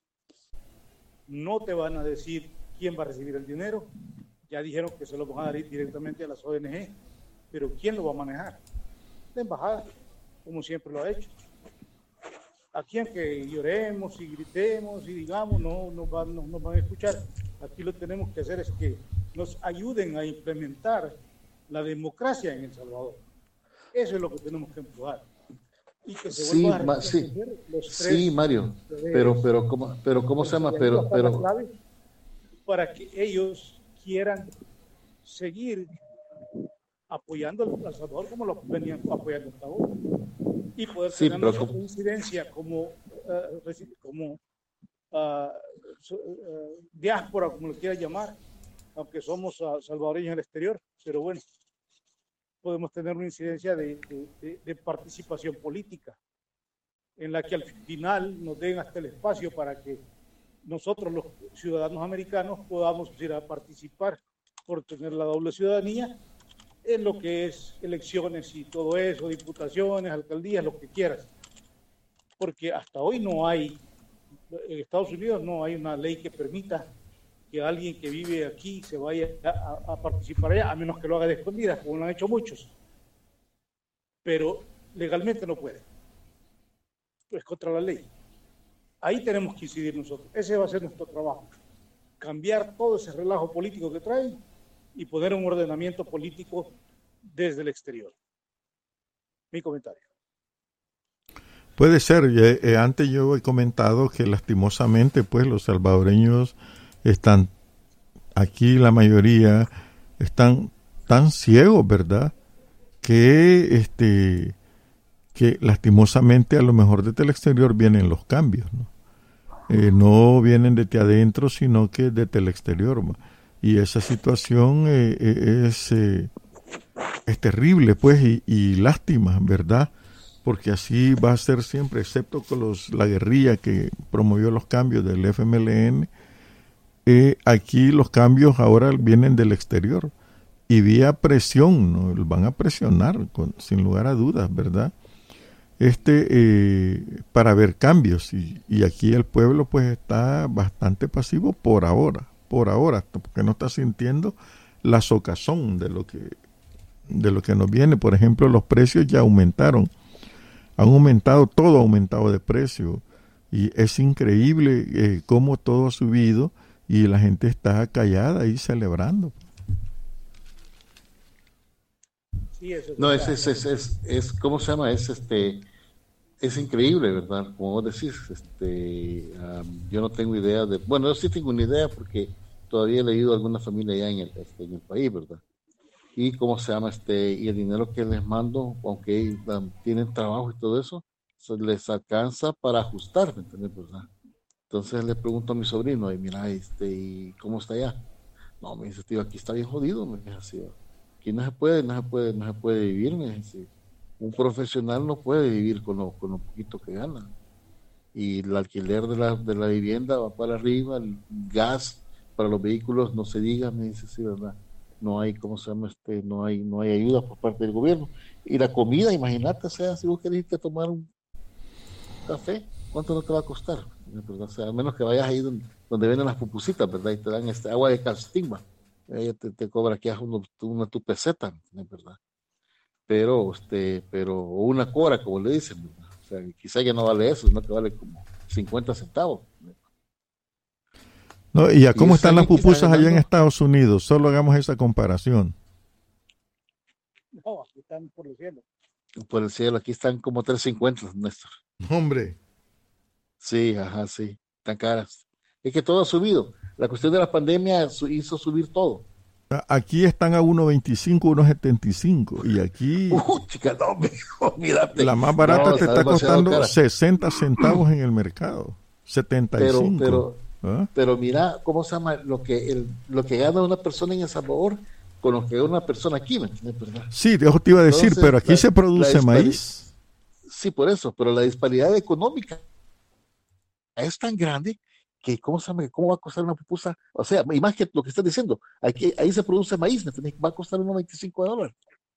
No te van a decir quién va a recibir el dinero. Ya dijeron que se lo van a dar directamente a las O N G, pero ¿quién lo va a manejar? La embajada, como siempre lo ha hecho. Aquí, aunque lloremos y gritemos y digamos, no nos van, no nos van a escuchar. Aquí lo que tenemos que hacer es que nos ayuden a implementar la democracia en El Salvador. Eso es lo que tenemos que empujar. Y que se Sí, vuelvan a ma- sí, reconocer los tres sí, Mario, poderes. pero, pero, ¿cómo, pero, ¿cómo se llama? Y ahí Pero, va a estar la pero, clave para que ellos quieran seguir apoyando al El Salvador como lo venían apoyando hasta ahora. Y poder sí, tener pero, nosotros ¿cómo? incidencia como, uh, reci- como uh, so- uh, diáspora, como lo quiera llamar, aunque somos uh, salvadoreños en el exterior, pero bueno, podemos tener una incidencia de, de, de, de participación política, en la que al final nos den hasta el espacio para que nosotros los ciudadanos americanos podamos ir a participar por tener la doble ciudadanía en lo que es elecciones y todo eso, diputaciones, alcaldías, lo que quieras. Porque hasta hoy no hay, en Estados Unidos no hay una ley que permita que alguien que vive aquí se vaya a, a participar allá, a menos que lo haga de escondidas, como lo han hecho muchos. Pero legalmente no puede. Es contra la ley. Ahí tenemos que incidir nosotros. Ese va a ser nuestro trabajo. Cambiar todo ese relajo político que traen y poner un ordenamiento político desde el exterior. Mi comentario. Puede ser. Eh, eh, antes yo he comentado que lastimosamente, pues, los salvadoreños están aquí, la mayoría están tan ciegos, ¿verdad? Que este que lastimosamente a lo mejor desde el exterior vienen los cambios, ¿no? Eh, no vienen desde adentro, sino que desde el exterior, ¿no? Y esa situación eh, eh, es, eh, es terrible, pues, y, y lástima, ¿verdad? Porque así va a ser siempre, excepto con los, la guerrilla que promovió los cambios del F M L N, eh, aquí los cambios ahora vienen del exterior y vía presión, ¿no? Van a presionar, con, sin lugar a dudas, ¿verdad? Este eh, para ver cambios y, y aquí el pueblo pues está bastante pasivo por ahora, por ahora, porque no está sintiendo la socazón de lo que de lo que nos viene. Por ejemplo, los precios ya aumentaron, han aumentado, todo ha aumentado de precio y es increíble eh, cómo todo ha subido y la gente está callada y celebrando. Sí, eso es No, es, verdad. es, es, es, es, ¿cómo se llama? Es este, es increíble, ¿verdad? Como vos decís, este, um, yo no tengo idea de, bueno, yo sí tengo una idea porque todavía he leído alguna familia allá en el, este, en el país, ¿verdad? Y cómo se llama, este, y el dinero que les mando, aunque um, tienen trabajo y todo eso, se les alcanza para ajustar, ¿me entiendes, verdad? Entonces le pregunto a mi sobrino, y mira, este, ¿y cómo está allá? No, me dice, tío, aquí está bien jodido, me dice así, ¿va? Aquí no se puede, no se puede, no se puede vivir, me dice. Un profesional no puede vivir con lo, con lo poquito que gana. Y el alquiler de la, de la vivienda va para arriba, el gas, para los vehículos no se diga, me dice, sí, ¿verdad? No hay, ¿cómo se llama? Este, no hay, no hay ayuda por parte del gobierno. Y la comida, imagínate, o sea, si vos querés irte a tomar un café, ¿cuánto no te va a costar? ¿Verdad? O sea, al menos que vayas ahí donde, donde venden las pupusitas, ¿verdad? Y te dan este agua de calcetín, ella te, te cobra aquí una, una tu peseta, ¿verdad? Pero, este, pero, o una cora, como le dicen, ¿verdad? O sea, quizá ya no vale eso, sino que vale como cincuenta centavos. No, ¿y a cómo y están las pupusas ganando, allá en Estados Unidos? Solo hagamos esa comparación. No, aquí están por el cielo. Por el cielo, aquí están como tres cincuenta, Néstor. Hombre. Sí, ajá, sí, tan caras. Es que todo ha subido. La cuestión de la pandemia hizo subir todo. Aquí están a uno veinticinco, uno setenta y cinco. Y aquí... Uh, chica, no, mijo, mírate. La más barata no, te está costando cara. sesenta centavos en el mercado. setenta y cinco. Pero, pero, ¿Ah? pero mira, ¿cómo se llama? Lo que, el, lo que gana una persona en El Salvador con lo que gana una persona aquí, ¿me entiendes? ¿Verdad? Sí, eso te iba a decir, Entonces, pero aquí la, se produce maíz. Sí, por eso, pero la disparidad económica es tan grande que ¿cómo, se llama? ¿Cómo va a costar una pupusa? O sea, y más que lo que estás diciendo, aquí, ahí se produce maíz, ¿me entiendes? Va a costar unos veinticinco dólares.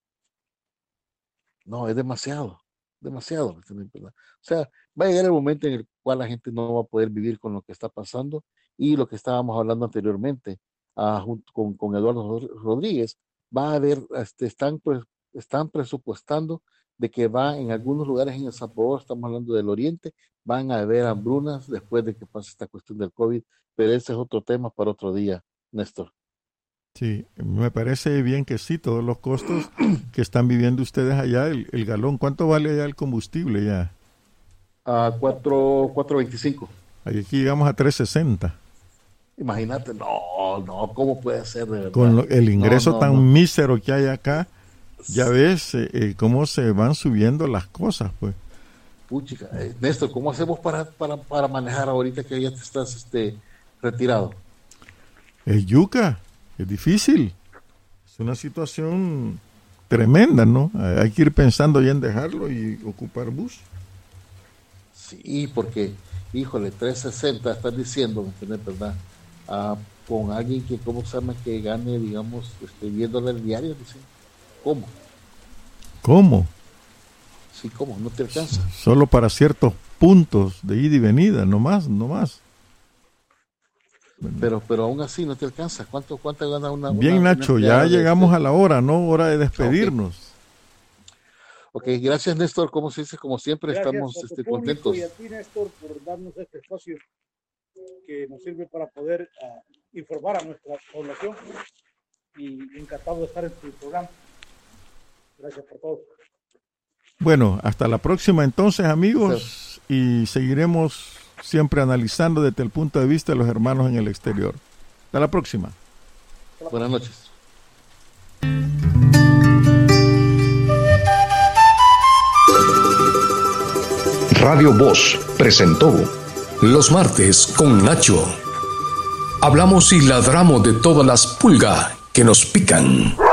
No, es demasiado, demasiado, ¿me entiendes? ¿Verdad? O sea, va a llegar el momento en el cual la gente no va a poder vivir con lo que está pasando y lo que estábamos hablando anteriormente, uh, junto con, con Eduardo Rodríguez, va a haber, este, están, pues, están presupuestando de que va en algunos lugares en El Salvador, estamos hablando del oriente, van a haber hambrunas después de que pase esta cuestión del COVID, pero ese es otro tema para otro día, Néstor. Sí, me parece bien que sí, todos los costos que están viviendo ustedes allá, el, el galón, ¿cuánto vale allá el combustible ya? A cuatro veinticinco. Aquí llegamos a tres sesenta. Imagínate, no, no, ¿cómo puede ser de verdad? Con lo, el ingreso no, no, tan no. mísero que hay acá, ya ves eh, eh, cómo se van subiendo las cosas, pues. Puchica, eh, Néstor, ¿cómo hacemos para, para, para manejar ahorita que ya te estás este, retirado? Es yuca, es difícil. Es una situación tremenda, ¿no? Hay que ir pensando ya en dejarlo y ocupar bus. Sí, porque, híjole, tres sesenta, estás diciendo, ¿me entiendes, verdad? Ah, con alguien que, ¿cómo se llama? Que gane, digamos, este, diez dólares diarios, ¿sí? ¿Cómo? ¿Cómo? Sí, ¿cómo? No te alcanza. Solo para ciertos puntos de ida y venida, no más, no más. Pero, pero aún así no te alcanza. ¿Cuánto, cuánto gana una? Bien, una, Nacho, una ya llegamos este? a la hora, ¿no? Hora de despedirnos. Okay. ok, gracias, Néstor. Como se dice, como siempre, Gracias estamos a tu este, público contentos. Y a ti, Néstor, por darnos este espacio que nos sirve para poder uh, informar a nuestra población. Y encantado de estar en tu programa. Gracias por todo. Bueno, hasta la próxima entonces, amigos, y seguiremos siempre analizando desde el punto de vista de los hermanos en el exterior. Hasta la próxima. Buenas noches. Radio Voz presentó Los Martes con Nacho. Hablamos y ladramos de todas las pulgas que nos pican.